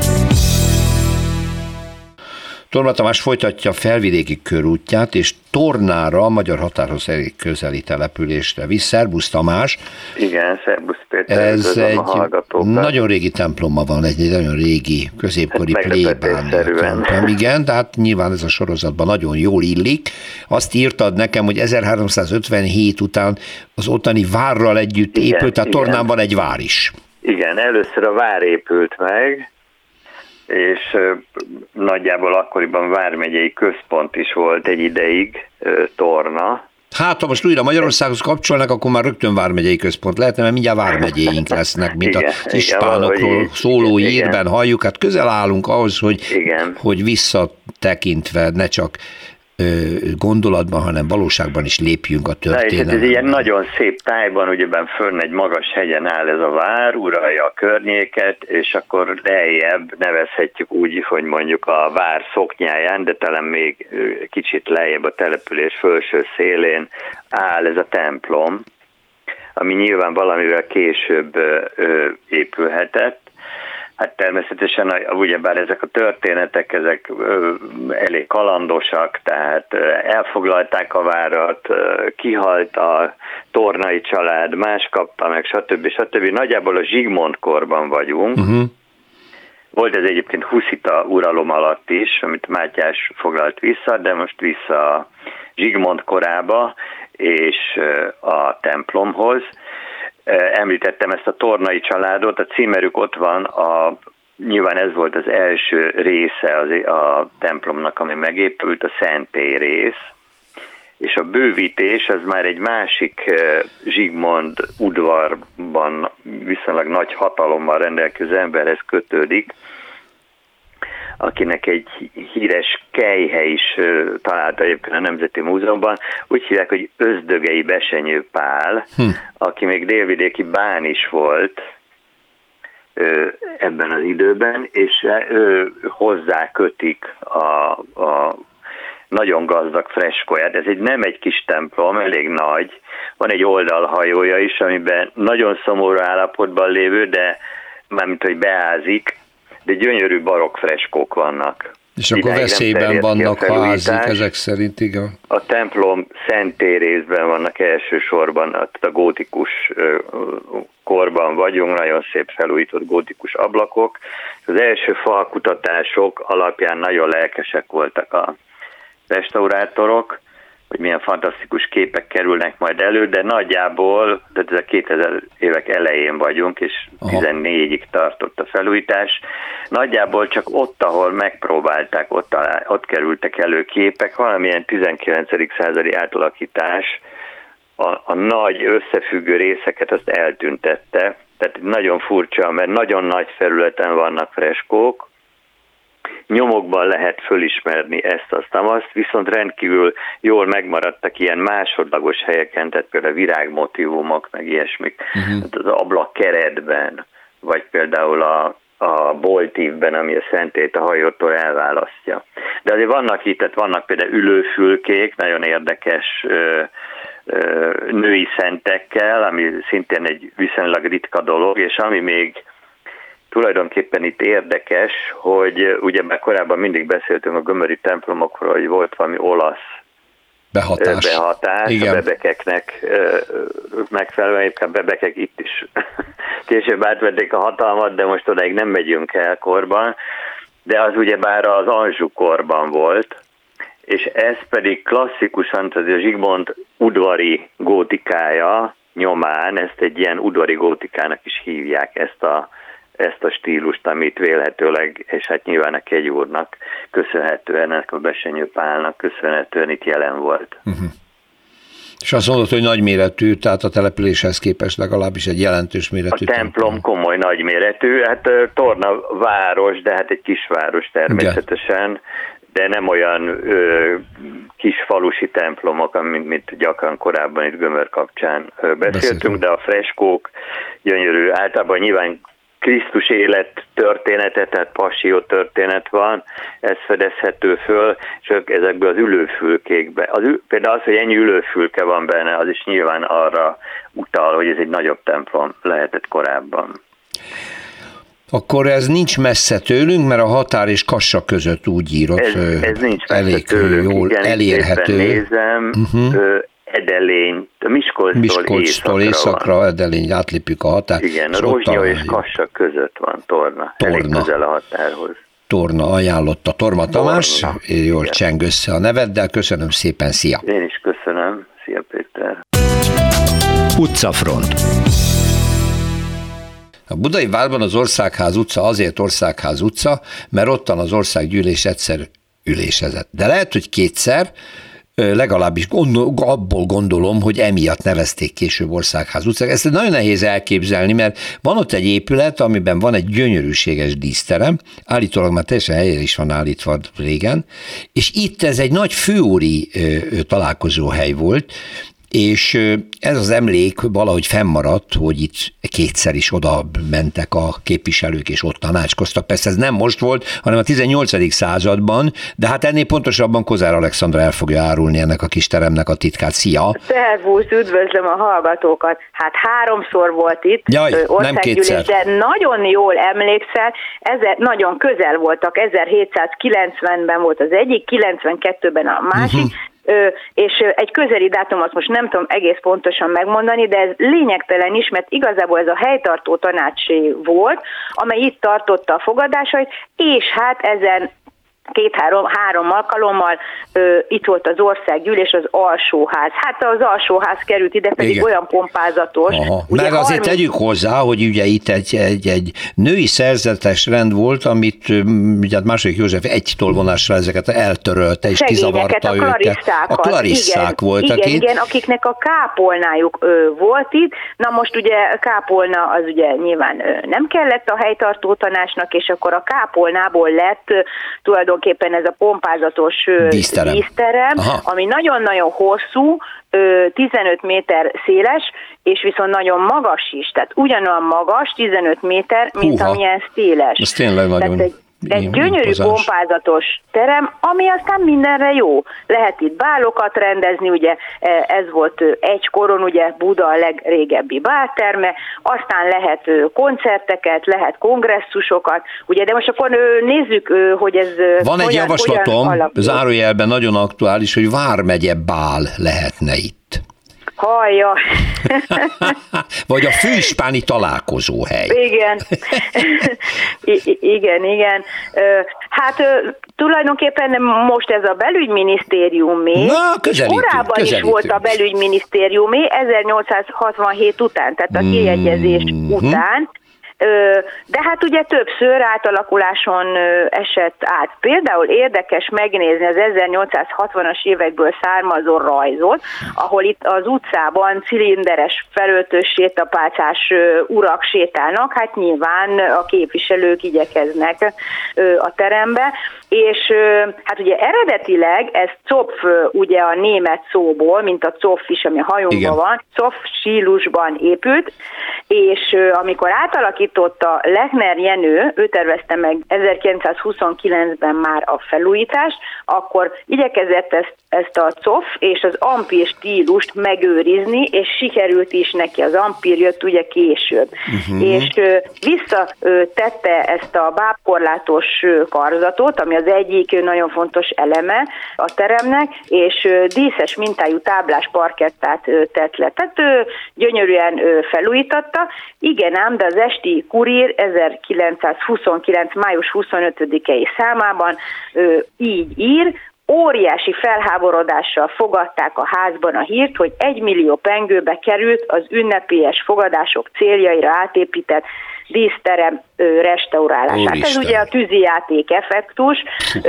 Torma Tamás folytatja Felvidéki körútját, és Tornára, a magyar határhoz elég közeli településre visz. Szerbusz Tamás. Igen, szerbusz Péter. Ez egy nagyon régi temploma van, egy nagyon régi, középkori plébán templom. Igen, de hát nyilván ez a sorozatban nagyon jól illik. Azt írtad nekem, hogy ezerháromszázötvenhét után az ottani várral együtt igen, épült, tehát Tornán van egy vár is. Igen, először a vár épült meg, és nagyjából akkoriban vármegyei központ is volt egy ideig, Torna. Hát, ha most újra Magyarországhoz kapcsolnak, akkor már rögtön vármegyei központ lehetne, mert mindjárt vármegyéink lesznek, mint igen, a ispánokról szóló írben halljuk. Hát közel állunk ahhoz, hogy, hogy visszatekintve ne csak gondolatban, hanem valóságban is lépjünk a történelemben. Na, és ez ilyen nagyon szép tájban, ugyeben fönn egy magas hegyen áll ez a vár, uralja a környéket, és akkor lejjebb nevezhetjük úgy, hogy mondjuk a vár szoknyáján, de talán még kicsit lejjebb a település felső szélén áll ez a templom, ami nyilván valamivel később épülhetett. Hát természetesen ugyebár ezek a történetek, ezek elég kalandosak, tehát elfoglalták a várat, kihalt a tornai család, más kapta meg, stb. stb. Nagyjából a Zsigmond korban vagyunk. Uh-huh. Volt ez egyébként huszita uralom alatt is, amit Mátyás foglalt vissza, de most vissza a Zsigmond korába és a templomhoz. Említettem ezt a tornai családot, a címerük ott van, a, nyilván ez volt az első része az, a templomnak, ami megépült, a szentély rész, és a bővítés az már egy másik Zsigmond udvarban viszonylag nagy hatalommal rendelkező emberhez kötődik, akinek egy híres kejhely is találta egyébként a Nemzeti Múzeumban, úgy hívják, hogy Özdögei Besenyő Pál, hm. aki még délvidéki bán is volt ebben az időben, és ő hozzá kötik a, a nagyon gazdag freskóját. Ez egy nem egy kis templom, elég nagy. Van egy oldalhajója is, amiben nagyon szomorú állapotban lévő, de mármint, hogy beázik, de gyönyörű barokk freskók vannak. És akkor Idáig veszélyben vannak, ha ázik, ezek szerint, igen. A templom szentélyrészben vannak elsősorban, a gótikus korban vagyunk, nagyon szép felújított gótikus ablakok. Az első falkutatások alapján nagyon lelkesek voltak a restaurátorok, hogy milyen fantasztikus képek kerülnek majd elő, de nagyjából, tehát ez a kétezer évek elején vagyunk, és tizennégyig tartott a felújítás. Nagyjából csak ott, ahol megpróbálták, ott, alá, ott kerültek elő képek, valamilyen tizenkilencedik századi átalakítás a, a nagy összefüggő részeket azt eltüntette, tehát nagyon furcsa, mert nagyon nagy felületen vannak freskók, nyomokban lehet fölismerni ezt, azt, azt, viszont rendkívül jól megmaradtak ilyen másodlagos helyeken, tehát például virágmotívumok, meg ilyesmik, uh-huh. tehát az ablak keretben, vagy például a, a boltívben, ami a szentét a hajótól elválasztja. De azért vannak itt, tehát vannak például ülőfülkék, nagyon érdekes ö, ö, női szentekkel, ami szintén egy viszonylag ritka dolog, és ami még tulajdonképpen itt érdekes, hogy ugye már korábban mindig beszéltünk a gömöri templomokról, hogy volt valami olasz behatás, behatás a bebekeknek megfelelően, egyébként bebekek itt is később átvették a hatalmat, de most odáig nem megyünk el korban, de az ugyebár az Anjou korban volt, és ez pedig klasszikusan, tehát a Zsigmond udvari gótikája nyomán, ezt egy ilyen udvari gótikának is hívják, ezt a ezt a stílust, amit vélhetőleg, és hát nyilván a kegyúrnak köszönhetően, ennek a Besenyő Pálnak köszönhetően itt jelen volt. Uh-huh. És azt mondod, hogy nagyméretű, tehát a településhez képest legalábbis egy jelentős méretű templom. A templom, templom komoly nagyméretű, hát Torna város, de hát egy kisváros természetesen, igen. De nem olyan ö, kis falusi templomok, mint, mint gyakran korábban itt Gömör kapcsán beszéltünk, beszéltünk, de a freskók gyönyörű, általában nyilván Krisztus élet története, tehát passió történet van, ez fedezhető föl, csak ezekből az ülőfülkékben. Az, például az, hogy ennyi ülőfülke van benne, az is nyilván arra utal, hogy ez egy nagyobb templom lehetett korábban. Akkor ez nincs messze tőlünk, mert a Határ és Kassa között úgy írott, ez, ez nincs elég tőlünk, jól igen, elérhető. Nézem, uh-huh. Edelény, Miskolctól, Miskolctól északra, északra Edelény, átlépjük a határt. Igen, Rozsnyó és Kassa között van Torna, Torna. Elég közel a határhoz. Torna ajánlotta Torma Tamás, Torna. Jól Igen. cseng össze a neveddel, köszönöm szépen, szia! Én is köszönöm, szia Péter! Utcafront. A Budai Várban az Országház utca azért Országház utca, mert ottan az országgyűlés egyszer ülésezett. De lehet, hogy kétszer, legalábbis gondol, abból gondolom, hogy emiatt nevezték később Országház utcának. Ezt nagyon nehéz elképzelni, mert van ott egy épület, amiben van egy gyönyörűséges díszterem, állítólag már teljesen helyre is van állítva régen, és itt ez egy nagy főúri találkozóhely volt, és ez az emlék valahogy fennmaradt, hogy itt kétszer is oda mentek a képviselők, és ott tanácskoztak. Persze ez nem most volt, hanem a tizennyolcadik században, de hát ennél pontosabban Kozár Alexandra el fogja árulni ennek a kis teremnek a titkát. Szia! Szervusz, üdvözlöm a hallgatókat! Hát háromszor volt itt Jaj, nem kétszer. De nagyon jól emlékszel, ezer, nagyon közel voltak, ezerhétszázkilencvenben volt az egyik, kilencvenkettőben a másik, uh-huh. Ö, és egy közeli dátum, azt most nem tudom egész pontosan megmondani, de ez lényegtelen is, mert igazából ez a helytartó tanácsé volt, amely itt tartotta a fogadásait, és hát ezen két-három három alkalommal ö, itt volt az országgyűlés, az alsóház. Hát az alsóház került ide, pedig igen. olyan pompázatos. Ugye Meg azért harminc... tegyük hozzá, hogy ugye itt egy, egy, egy női szerzetes rend volt, amit ugye második József egy tolvonásra ezeket eltörölte, és kizavarta a őket. A klarisszák voltak igen, itt. Igen, akiknek a kápolnájuk ö, volt itt. Na most ugye kápolna az ugye nyilván ö, nem kellett a helytartó tanácsnak, és akkor a kápolnából lett ö, tulajdonképpen ez a pompázatos ö, díszterem, díszterem ami nagyon-nagyon hosszú, ö, tizenöt méter széles, és viszont nagyon magas is. Tehát ugyanolyan magas, tizenöt méter, mint Húha. amilyen széles. Ez tényleg nagyon... Egy, egy gyönyörű pompázatos terem, ami aztán mindenre jó. Lehet itt bálokat rendezni, ugye ez volt egykoron ugye Buda a legrégebbi bálterme, aztán lehet koncerteket, lehet kongresszusokat, ugye, de most akkor nézzük, hogy ez... Van egy javaslatom, zárójelben nagyon aktuális, hogy Vármegye bál lehetne itt. Hallja. Vagy a főispáni találkozóhely. Igen. I- igen, igen. Hát tulajdonképpen most ez a belügyminisztériumé, Na, korábban közelítünk. is volt a belügyminisztériumé, ezernyolcszázhatvanhét után, tehát a kiegyezés mm-hmm. után, de hát ugye többször átalakuláson esett át. Például érdekes megnézni az ezernyolcszázhatvanas évekből származó rajzot, ahol itt az utcában cilinderes felöltös sétapálcás urak sétálnak, hát nyilván a képviselők igyekeznek a terembe, és hát ugye eredetileg ez Zopf ugye a német szóból, mint a Zopf is, ami a hajunkban van, Zopf stílusban épült, és amikor átalakította Lechner Jenő, ő tervezte meg ezerkilencszázhuszonkilencben már a felújítást, akkor igyekezett ezt, ezt a Zopf és az ampír stílust megőrizni, és sikerült is neki, az ampír jött ugye később. Uh-huh. És visszatette ezt a bábkorlátos karzatot, ami az egyik nagyon fontos eleme a teremnek, és díszes mintájú táblás parkettát tett le. Tehát gyönyörűen felújította. Igen ám, de az Esti Kurír ezerkilencszázhuszonkilenc. május huszonötödikei számában így ír: óriási felháborodással fogadták a házban a hírt, hogy egy millió pengőbe került az ünnepélyes fogadások céljaira átépített díszterem restaurálását. Úristen. Ez ugye a tűzijáték effektus.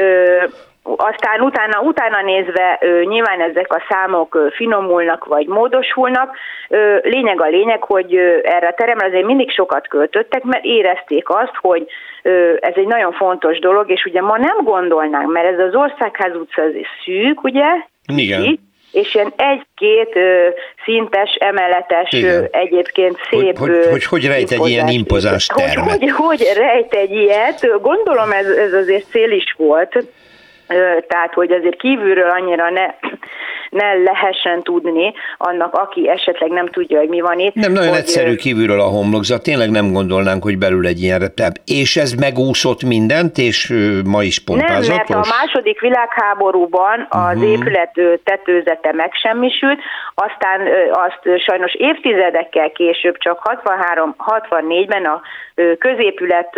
Aztán utána, utána nézve nyilván ezek a számok finomulnak vagy módosulnak. Lényeg a lényeg, hogy erre a teremre azért mindig sokat költöttek, mert érezték azt, hogy ez egy nagyon fontos dolog, és ugye ma nem gondolnánk, mert ez az Országház utca azért szűk, ugye? Igen. Így, és ilyen egy-két ö, szintes, emeletes, ö, egyébként szép... Hogy hogy, hogy, hogy rejt egy ilyen impozáns termet? Hogy, hogy, hogy rejt egy ilyet? Gondolom ez, ez azért cél is volt, tehát hogy azért kívülről annyira ne, ne lehessen tudni annak, aki esetleg nem tudja, hogy mi van itt. Nem, nagyon hogy, egyszerű kívülről a homlokzat, tényleg nem gondolnánk, hogy belül egy ilyen reptebb. És ez megúszott mindent, és ma is pompázatos? Nem, mert a második világháborúban az uh-huh. épület tetőzete megsemmisült, aztán azt sajnos évtizedekkel később, csak hatvanhárom hatvannégyben a középület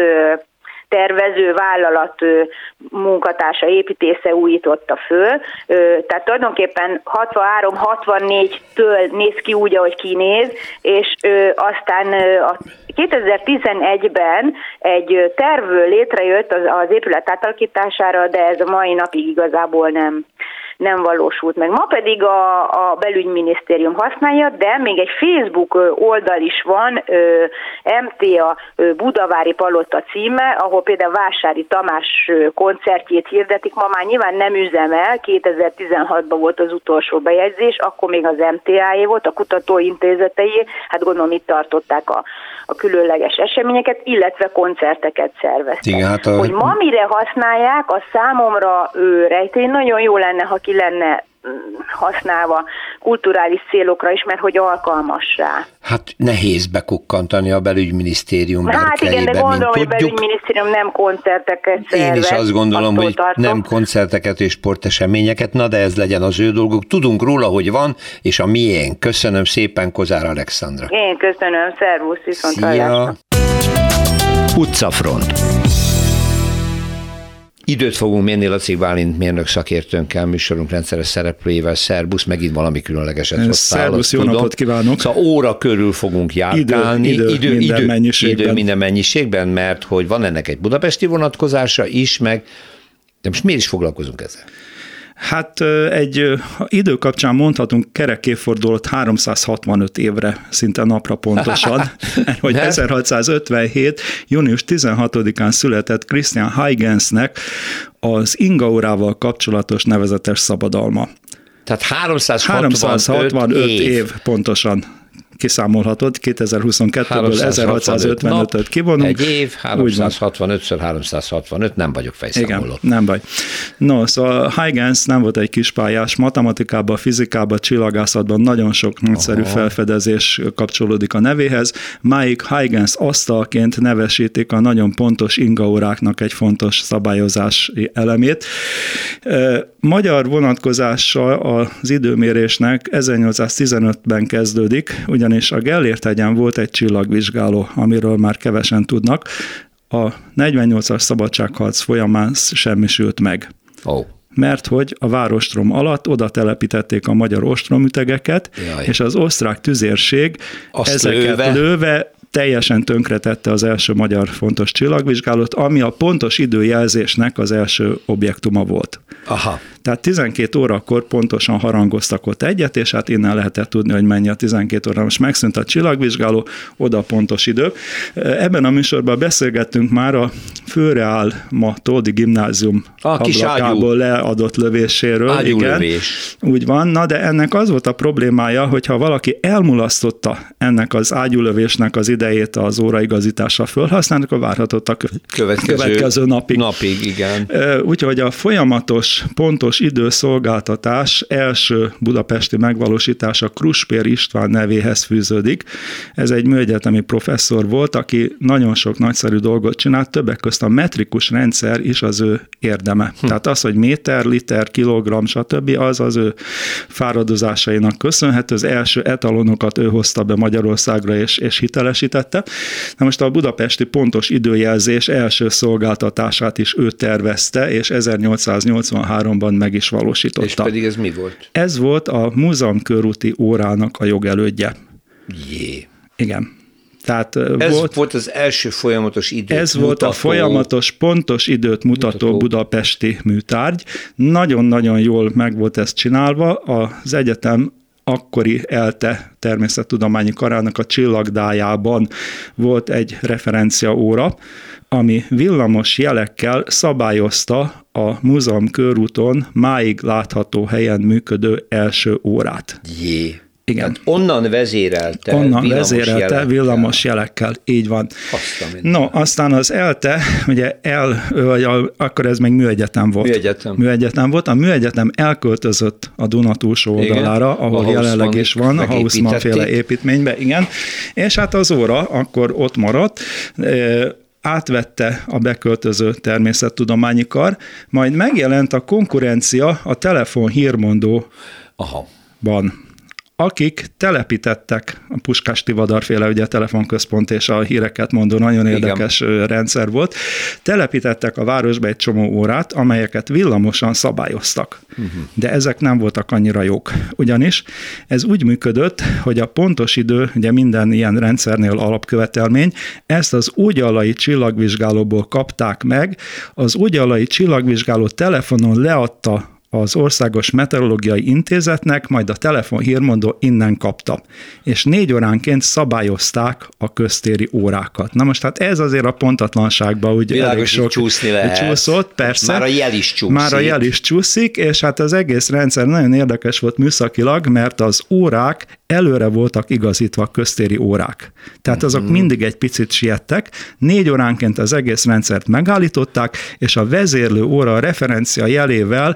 tervező vállalat munkatársa, építésze újította föl. Tehát tulajdonképpen hatvanhárom hatvannégytől néz ki úgy, ahogy kinéz, és aztán a kétezer-tizenegyben egy terv létrejött az, az épület átalakítására, de ez a mai napig igazából nem, nem valósult meg. Ma pedig a, a belügyminisztérium használja, de még egy Facebook oldal is van, em té á Budavári Palota címe, ahol például Vásári Tamás koncertjét hirdetik. Ma már nyilván nem üzemel, kétezer-tizenhatban volt az utolsó bejegyzés, akkor még az em té á-é volt, a kutatóintézetei, hát gondolom itt tartották a, a különleges eseményeket, illetve koncerteket szerveztek. Igen, hát a... Hogy ma mire használják, az számomra rejtély, nagyon jó lenne, ha ki lenne használva kulturális célokra is, mert hogy alkalmas rá. Hát nehéz bekukkantani a belügyminisztérium hát berkeibe, igen, de gondolom, hogy tudjuk. a belügyminisztérium nem koncerteket szervez. Én is azt gondolom, hogy tartom. nem koncerteket és sporteseményeket, na de ez legyen az ő dolguk. Tudunk róla, hogy van, és a miénk. Köszönöm szépen, Kozár Alexandra. Én köszönöm, szervusz, viszont hallásra. Utcafront. Időt fogunk mérni Laci Bálint mérnök szakértőnkkel, műsorunk rendszeres szereplőjével. Szerbusz, megint valami különlegeset hoztál. Szerbusz, jó napot kívánok. Szóval óra körül fogunk járkálni. Idő, idő, idő, minden, idő, mennyiségben. idő minden mennyiségben, mert hogy van ennek egy budapesti vonatkozása is, meg de most miért is foglalkozunk ezzel? Hát egy idő kapcsán mondhatunk kerek évfordulót háromszázhatvanöt évre, szinte napra pontosan, hogy ezerhatszázötvenhét. június tizenhatodikán született Christian Huygens-nek az ingaórával kapcsolatos nevezetes szabadalma. Tehát háromszázhatvanöt, háromszázhatvanöt év. év pontosan. Kiszámolhatod, kétezer-huszonkettőből ezerhatszázötvenötöt kivonunk. Egy év, háromszázhatvanötször háromszázhatvanöt, nem vagyok fejszámoló. Igen, nem baj. No, szóval Huygens nem volt egy kispályás, matematikában, fizikában, csillagászatban nagyon sok nagyszerű Aha. felfedezés kapcsolódik a nevéhez. máig Huygens asztalként nevesítik a nagyon pontos ingaóráknak egy fontos szabályozási elemét. Magyar vonatkozása az időmérésnek ezernyolcszáztizenötben kezdődik, ugyanis a Gellért-hegyen volt egy csillagvizsgáló, amiről már kevesen tudnak. A negyvennyolcas szabadságharc folyamán semmisült meg. Oh. Mert hogy a várostrom alatt oda telepítették a magyar ostromütegeket, Jaj. és az osztrák tüzérség Azt ezeket lőve, lőve teljesen tönkretette az első magyar fontos csillagvizsgálót, ami a pontos időjelzésnek az első objektuma volt. Aha. Tehát tizenkét órakor pontosan harangoztak ott egyet, és hát innen lehetett tudni, hogy mennyi a tizenkét óra. Most megszűnt a csillagvizsgáló, oda pontos idő. Ebben a műsorban beszélgettünk már a Főreálma Tódi Gimnázium a ablakából leadott lövéséről. Igen, úgy van. Na, de ennek az volt a problémája, hogyha valaki elmulasztotta ennek az ágyúlövésnek az idejét az óraigazítással fölhasználni, akkor várhatott a következő, következő napig. napig igen. Úgyhogy a folyamatos, pontos időszolgáltatás első budapesti megvalósítása Kruspér István nevéhez fűződik. Ez egy műegyetemi professzor volt, aki nagyon sok nagyszerű dolgot csinált, többek közt a metrikus rendszer is az ő érdeme. Hm. Tehát az, hogy méter, liter, kilogramm, stb. Az az ő fáradozásainak köszönhető. Az első etalonokat ő hozta be Magyarországra és, és hitelesítette. Na most a budapesti pontos időjelzés első szolgáltatását is ő tervezte, és ezernyolcszáznyolcvanháromban meg is valósította. És pedig ez mi volt? Ez volt a múzeumkörúti órának a jogelődje. Jé. Igen. Tehát ez volt, volt az első folyamatos időt Ez mutató, volt a folyamatos, pontos időt mutató, mutató budapesti műtárgy. Nagyon-nagyon jól meg volt ez csinálva. Az egyetem akkori ELTE természettudományi karának a csillagdájában volt egy referenciaóra, ami villamos jelekkel szabályozta a múzeum körúton máig látható helyen működő első órát. Jé. Igen. Hát onnan vezérelte onnan villamos vezérelte jelekkel. villamos jelekkel, így van. Aztán no, aztán az ELTE, ugye el, vagy a, akkor ez még műegyetem volt. Műegyetem. Műegyetem volt. A műegyetem elköltözött a Duna túlsó oldalára, igen, ahol jelenleg is van, a Haussmann-féle építménybe, igen. És hát az óra akkor ott maradt, átvette a beköltöző természettudományi kar, majd megjelent a konkurencia a telefon hírmondóban. Aha. Akik telepítettek, a Puskás Tivadar-féle ugye telefonközpont és a híreket mondó nagyon érdekes Igen. rendszer volt, telepítettek a városba egy csomó órát, amelyeket villamosan szabályoztak. Uh-huh. De ezek nem voltak annyira jók. Ugyanis ez úgy működött, hogy a pontos idő, ugye minden ilyen rendszernél alapkövetelmény, ezt az Úgyalai csillagvizsgálóból kapták meg, az Úgyalai csillagvizsgáló telefonon leadta az Országos Meteorológiai Intézetnek, majd a telefonhírmondó innen kapta. És négy óránként szabályozták a köztéri órákat. Na most hát ez azért a pontatlanságban úgy elég sok csúszni lehet. Csúszott, persze. Már a jel is csúszik. Már a jel is csúszik, és hát az egész rendszer nagyon érdekes volt műszakilag, mert az órák előre voltak igazítva köztéri órák. Tehát azok mm-hmm. mindig egy picit siettek, négy óránként az egész rendszert megállították, és a vezérlő óra a referencia jelével meg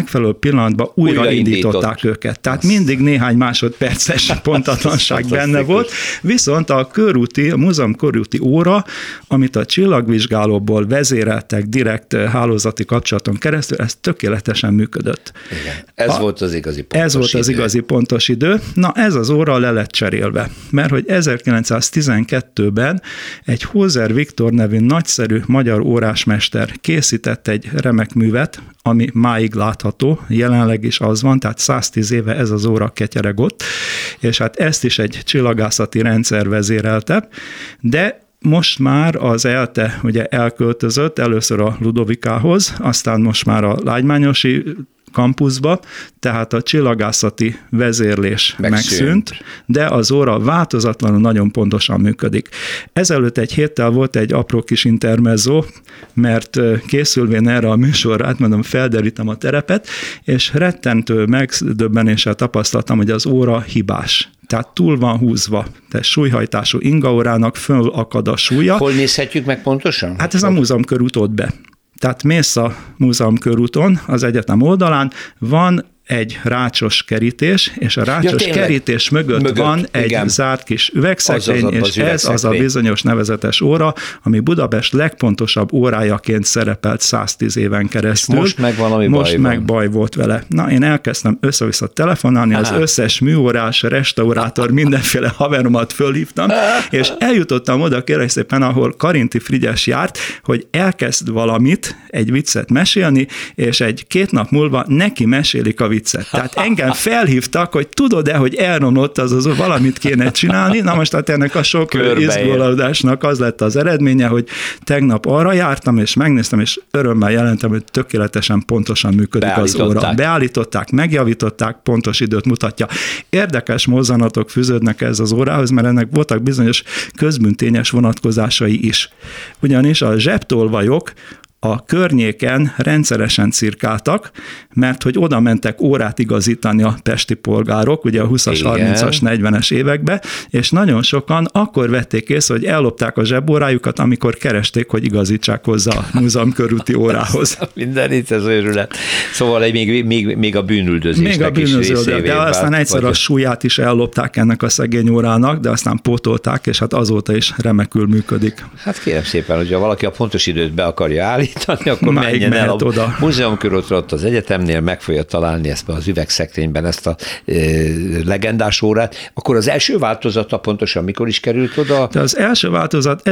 megfelelő pillanatban újraindították őket. Tehát az... mindig néhány másodperces pontatlanság benne volt, viszont a körúti, a múzeum körúti óra, amit a csillagvizsgálóból vezéreltek direkt hálózati kapcsolaton keresztül, ez tökéletesen működött. Igen. Ez a, volt az igazi pontos Ez volt idő. az igazi pontos idő. Na, ez az óra le lett cserélve, mert hogy ezerkilencszáztizenkettőben egy Hózer Viktor nevű nagyszerű magyar órásmester készített egy remek művet, ami máig látható, jelenleg is az van, tehát száztíz éve ez az óra ketyereg ott, és hát ezt is egy csillagászati rendszer vezérelte, de most már az ELTE ugye elköltözött először a Ludovikához, aztán most már a Lágymányosi kampuszba, tehát a csillagászati vezérlés megszűnt. megszűnt, de az óra változatlanul nagyon pontosan működik. Ezelőtt egy héttel volt egy apró kis intermezzo, mert készülvén erre a műsorra, átmondom, felderítem a terepet, és rettentő megdöbbenéssel tapasztaltam, hogy az óra hibás. Tehát túl van húzva. Tehát súlyhajtású ingaórának föl akad a súlya. Hol nézhetjük meg pontosan? Hát ez a múzeum körút ott be. Tehát mész a múzeum körúton, az egyetem oldalán, van egy rácsos kerítés, és a rácsos ja, kerítés mögött, mögött van egy igen. zárt kis üvegszekrény, az az és ez az a bizonyos nevezetes óra, ami Budapest legpontosabb órájaként szerepelt száztíz éven keresztül. És most meg valami Most baj meg van. baj volt vele. Na, én elkezdtem össze-vissza telefonálni, Aha. az összes műórás, restaurátor, mindenféle haveromat fölhívtam, és eljutottam oda, kérlek szépen, ahol Karinti Frigyes járt, hogy elkezd valamit, egy viccet mesélni, és egy két nap múlva neki mesélik a viccet. Tehát engem felhívtak, hogy tudod-e, hogy elromlott az, az valamit kéne csinálni. Na most hát ennek a sok izgulódásnak az lett az eredménye, hogy tegnap arra jártam, és megnéztem, és örömmel jelentem, hogy tökéletesen pontosan működik az óra. Beállították, megjavították, pontos időt mutatja. Érdekes mozzanatok fűződnek ez az órához, mert ennek voltak bizonyos közbüntényes vonatkozásai is. Ugyanis a zsebtolvajok a környéken rendszeresen cirkáltak, mert hogy oda mentek órát igazítani a pesti polgárok, ugye a húszas, harmincas, negyvenes években, és nagyon sokan akkor vették észre, hogy ellopták a zsebórájukat, amikor keresték, hogy igazítsák hozzá a múzeum körúti órához. Minden itt ez őrület. Szóval egy még, még, még a bűnüldözésnek még a bűnöző, is de, de aztán egyszer a súlyát is ellopták ennek a szegény órának, de aztán pótolták, és hát azóta is remekül működik. Hát kérem szépen, hogyha valaki a pontos időt be akarja állítani, akkor Máig menjen el a oda. múzeum körútra, ott az egyetemnél meg fogja találni ezt az üvegszekrényben ezt a e, legendás órát. Akkor az első változata pontosan mikor is került oda? De az első változat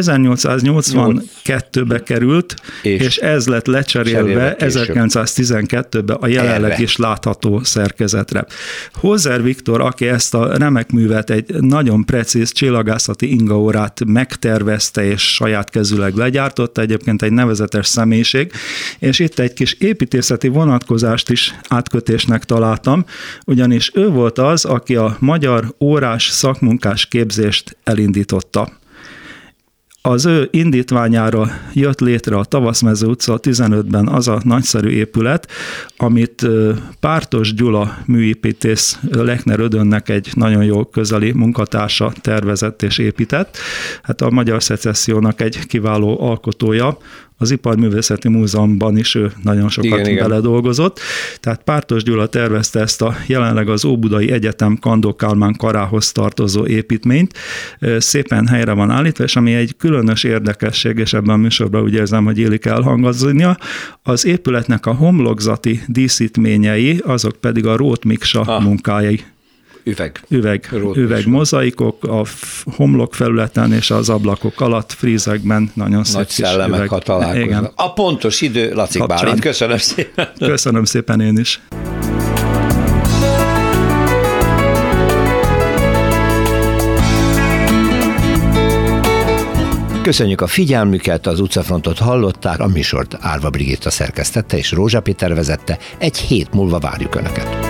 ezernyolcszáznyolcvankettőbe került, és, és ez lett lecserélve ezerkilencszáztizenkettőben a jelenleg Erre. is látható szerkezetre. Hózer Viktor, aki ezt a remek művet, egy nagyon precíz csillagászati ingaórát megtervezte és saját kezűleg legyártotta, egyébként egy nevezetes személyiség, és itt egy kis építészeti vonatkozást is átkötésnek találtam, ugyanis ő volt az, aki a magyar órás szakmunkás képzést elindította. Az ő indítványára jött létre a Tavaszmező utca tizenötben az a nagyszerű épület, amit Pártos Gyula műépítész Lechner Ödönnek egy nagyon jó közeli munkatársa tervezett és épített. Hát a Magyar Szecessziónak egy kiváló alkotója, az Iparművészeti Múzeumban is ő nagyon sokat igen, beledolgozott. Igen. Tehát Pártos Gyula tervezte ezt a jelenleg az Óbudai Egyetem Kandó Kálmán karához tartozó építményt. Szépen helyre van állítva, és ami egy különös érdekesség, és ebben a műsorban úgy érzem, hogy illik elhangoznia, az épületnek a homlokzati díszítményei, azok pedig a Róth Miksa ah. munkái. Üveg. Üveg, üveg mozaikok a homlok felületen és az ablakok alatt, frízekben nagyon szép nagy szellemek, üveg. Ha találkoznak. A pontos idő, Laci Bálint, köszönöm szépen. Köszönöm szépen én is. Köszönjük a figyelmüket, az utcafrontot hallották, a műsort Árva Brigitta szerkesztette és Rózsa Péter vezette. Egy hét múlva várjuk Önöket.